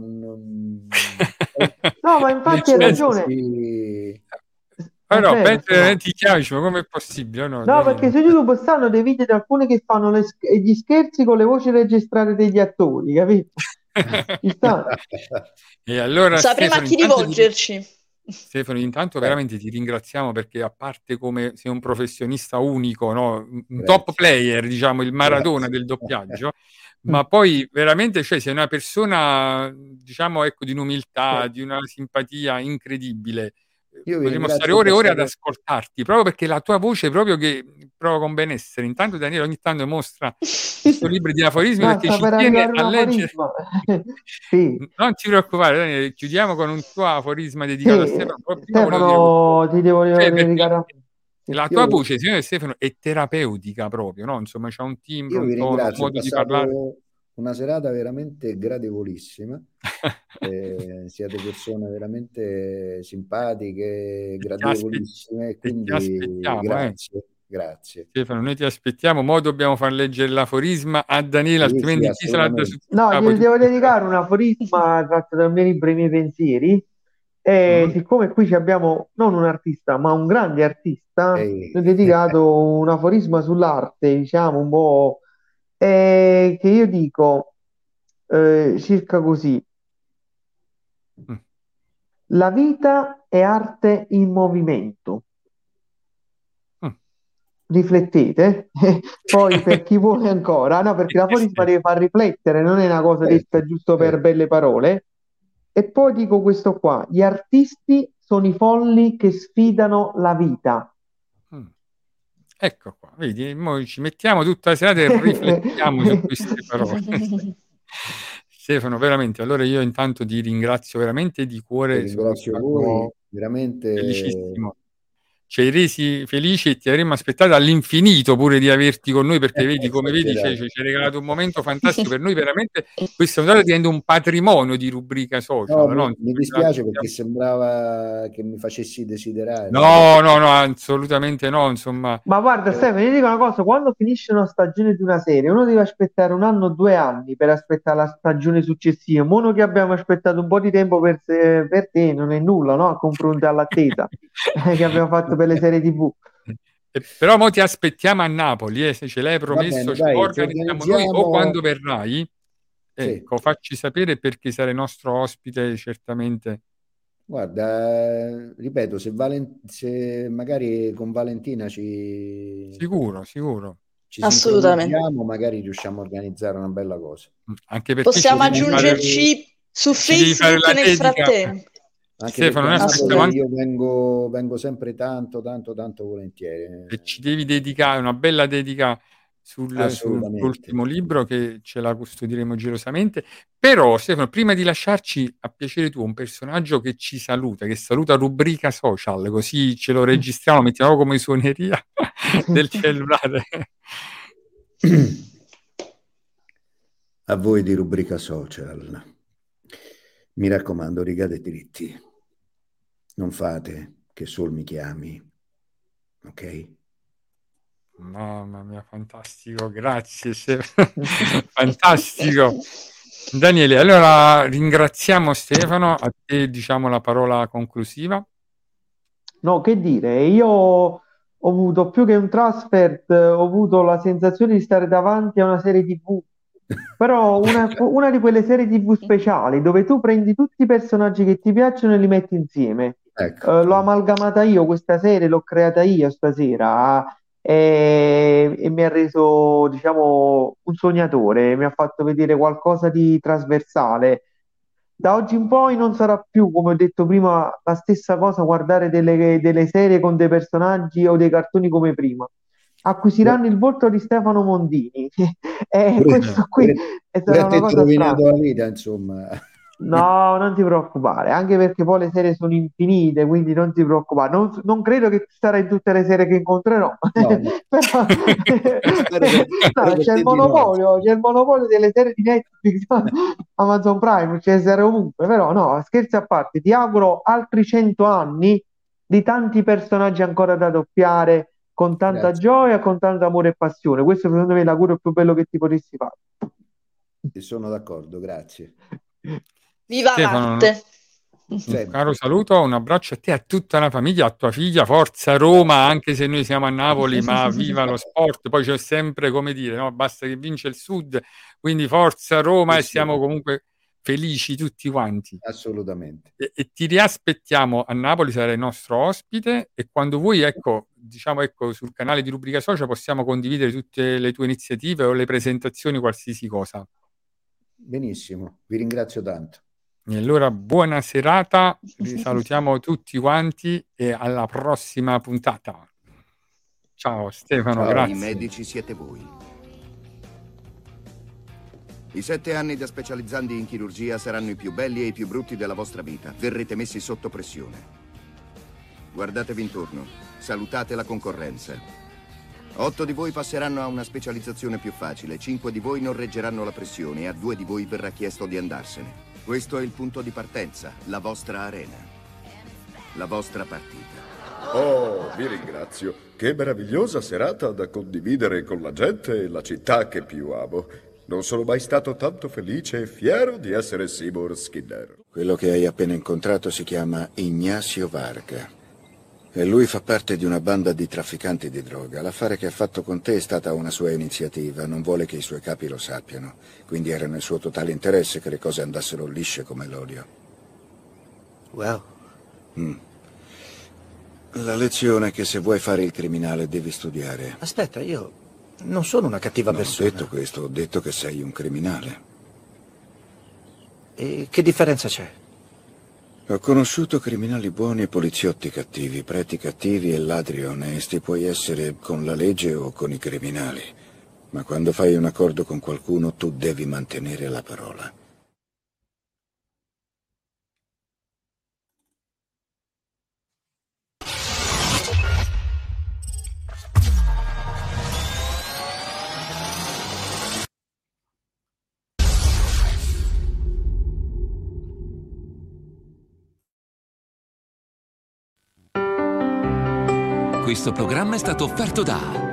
No, ma infatti hai ragione. sì. Però, Vero, mentre Stefano. ti chiami, dici, ma com'è possibile? No, No, perché Danilo. su YouTube stanno dei video di alcune che fanno gli scherzi con le voci registrate degli attori, capito? Ci sta. E allora, Sapremo a chi rivolgerci. Stefano, intanto veramente ti ringraziamo perché a parte come sei un professionista unico, no? Un top Grazie. player, diciamo, il Maradona Grazie. del doppiaggio, ma poi veramente cioè, sei una persona, diciamo, ecco, di un'umiltà, di una simpatia incredibile. Io vi Potremmo stare ringrazio, ore è e ore ad stato... ascoltarti, proprio perché la tua voce proprio che prova con benessere. Intanto Daniele ogni tanto mostra il suo libro di aforismi No, perché sta ci per tiene arrivare un a leggere. aforisma. Sì, Non ti preoccupare, Daniele, chiudiamo con un tuo aforisma dedicato a sì. Stefano. Però prima volevo dire questo. Stefano, ti devo Cioè, perché dedicare. Sì. la tua Io, voce, signore Stefano, è terapeutica proprio, no? Insomma, c'ha un timbro, io un vi tono, un ringrazio, ho modo di parlare. passato una serata veramente gradevolissima. Siete persone veramente simpatiche, E ti gradevolissime, e ti quindi aspettiamo, grazie. Stefano, noi ti aspettiamo. Mo' dobbiamo far leggere l'aforisma a Danilo, Sì, sì, altrimenti chi se la dà su assolutamente. sul No, capo gli devo tutte le dedicare serate? un aforisma tratto dal mio libro I miei pensieri. E Mm? siccome qui ci abbiamo non un artista, ma un grande artista, gli ho Ehi. dedicato un aforisma sull'arte, diciamo un po', che io dico circa così: Mm. la vita è arte in movimento. Mm. Riflettete, poi per chi vuole ancora, no, E perché che l'aforisma stai? deve far riflettere, non è una cosa Certo, detta giusto per certo. belle parole. E poi dico questo qua: gli artisti sono i folli che sfidano la vita. Mm. Ecco qua, vedi, mo ci mettiamo tutta la serata e riflettiamo su queste parole. Stefano, veramente, allora io intanto ti ringrazio veramente di Vi cuore, sono ringrazio voi, stato veramente felicissimo ci hai resi felici e ti avremmo aspettato all'infinito pure di averti con noi, perché vedi, come vedi, ci hai regalato un momento fantastico per noi, veramente questa puntata diventa un patrimonio di Rubrica Social. No, mi dispiace perché sembrava che mi facessi desiderare. No, assolutamente no, insomma. Ma guarda, Stefano, ti dico una cosa, quando finisce una stagione di una serie, uno deve aspettare 1 anno o 2 anni per aspettare la stagione successiva. Mono che abbiamo aspettato un po' di tempo per te non è nulla, no? A confronto all'attesa che abbiamo fatto per le serie TV. Però mo ti aspettiamo a Napoli, se ce l'hai promesso, bene, dai, organizziamo noi o quando verrai. Ecco, facci sapere perché sarai nostro ospite certamente. Guarda, ripeto, se magari con Valentina Sicuro. ci Assolutamente. sincronizziamo, magari riusciamo a organizzare una bella cosa. Anche perché possiamo aggiungerci su Facebook nel frattempo. Anche Stefano, io vengo sempre tanto volentieri. E ci devi dedicare una bella dedica sull'ultimo libro, che ce la custodiremo gelosamente. Però Stefano, prima di lasciarci, a piacere tuo, un personaggio che ci saluta, che saluta Rubrica Social, così ce lo registriamo, mettiamo come suoneria del cellulare. A voi di Rubrica Social, mi raccomando, rigate dritti, non fate che Sol mi chiami, ok? Mamma mia, fantastico, grazie. Fantastico. Daniele, allora ringraziamo Stefano, a te diciamo la parola conclusiva. No, che dire, io ho avuto più che un transfert, ho avuto la sensazione di stare davanti a una serie TV, però una di quelle serie TV speciali dove tu prendi tutti i personaggi che ti piacciono e li metti insieme. Ecco. L'ho amalgamata io questa serie, l'ho creata io stasera e mi ha reso, diciamo, un sognatore, mi ha fatto vedere qualcosa di trasversale. Da oggi in poi non sarà più, come ho detto prima, la stessa cosa guardare delle serie con dei personaggi o dei cartoni come prima. Acquisiranno il volto di Stefano Mondini e questo qui sarà una cosa strana. La vita, insomma. No, non ti preoccupare, anche perché poi le serie sono infinite, quindi non ti preoccupare. Non credo che sarai in tutte le serie che incontrerò, no. Però no, c'è il monopolio delle serie di Netflix, Amazon Prime, c'è serie ovunque. Però no, scherzi a parte, ti auguro altri 100 anni di tanti personaggi ancora da doppiare, con tanta gioia, con tanto amore e passione. Questo secondo me è l'augurio più bello che ti potessi fare. Sono d'accordo, grazie. Viva l'arte! Un caro saluto, un abbraccio a te e a tutta la famiglia, a tua figlia, forza Roma, anche se noi siamo a Napoli, ma viva lo sport. Poi c'è sempre, come dire, no? Basta che vince il Sud, quindi forza Roma, e siamo comunque felici tutti quanti. Assolutamente. E ti riaspettiamo a Napoli, sarai il nostro ospite, e quando vuoi, ecco, sul canale di Rubrica Social possiamo condividere tutte le tue iniziative o le presentazioni, qualsiasi cosa. Benissimo, vi ringrazio tanto. E allora buona serata, vi salutiamo tutti quanti e alla prossima puntata. Ciao Stefano, grazie. I medici siete voi. I 7 anni da specializzandi in chirurgia saranno i più belli e i più brutti della vostra vita. Verrete messi sotto pressione. Guardatevi intorno, salutate la concorrenza. 8 di voi passeranno a una specializzazione più facile, 5 di voi non reggeranno la pressione e a 2 di voi verrà chiesto di andarsene. Questo è il punto di partenza, la vostra arena, la vostra partita. Oh, vi ringrazio. Che meravigliosa serata da condividere con la gente e la città che più amo. Non sono mai stato tanto felice e fiero di essere Seymour Skinner. Quello che hai appena incontrato si chiama Ignacio Varga. E lui fa parte di una banda di trafficanti di droga. L'affare che ha fatto con te è stata una sua iniziativa, non vuole che i suoi capi lo sappiano. Quindi era nel suo totale interesse che le cose andassero lisce come l'olio. Wow. La lezione è che se vuoi fare il criminale devi studiare. Aspetta, io non sono una cattiva persona. Non ho detto questo, ho detto che sei un criminale. E che differenza c'è? Ho conosciuto criminali buoni e poliziotti cattivi, preti cattivi e ladri onesti. Puoi essere con la legge o con i criminali. Ma quando fai un accordo con qualcuno, tu devi mantenere la parola. Questo programma è stato offerto da...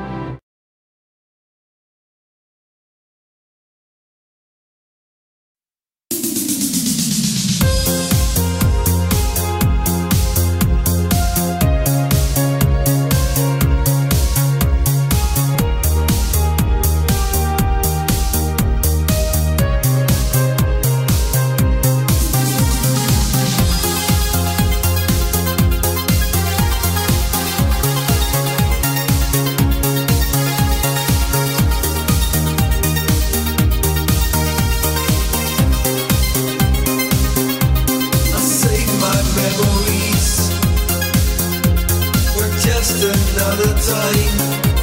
Another time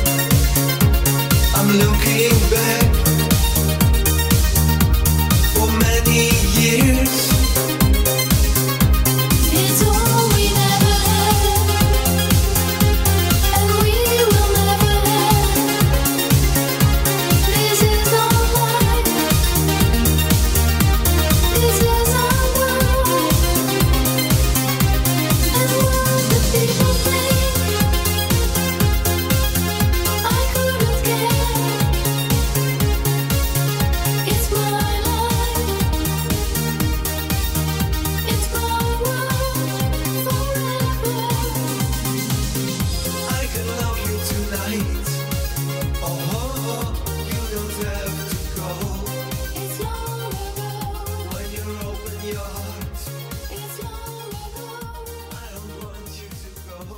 I'm looking back for many years.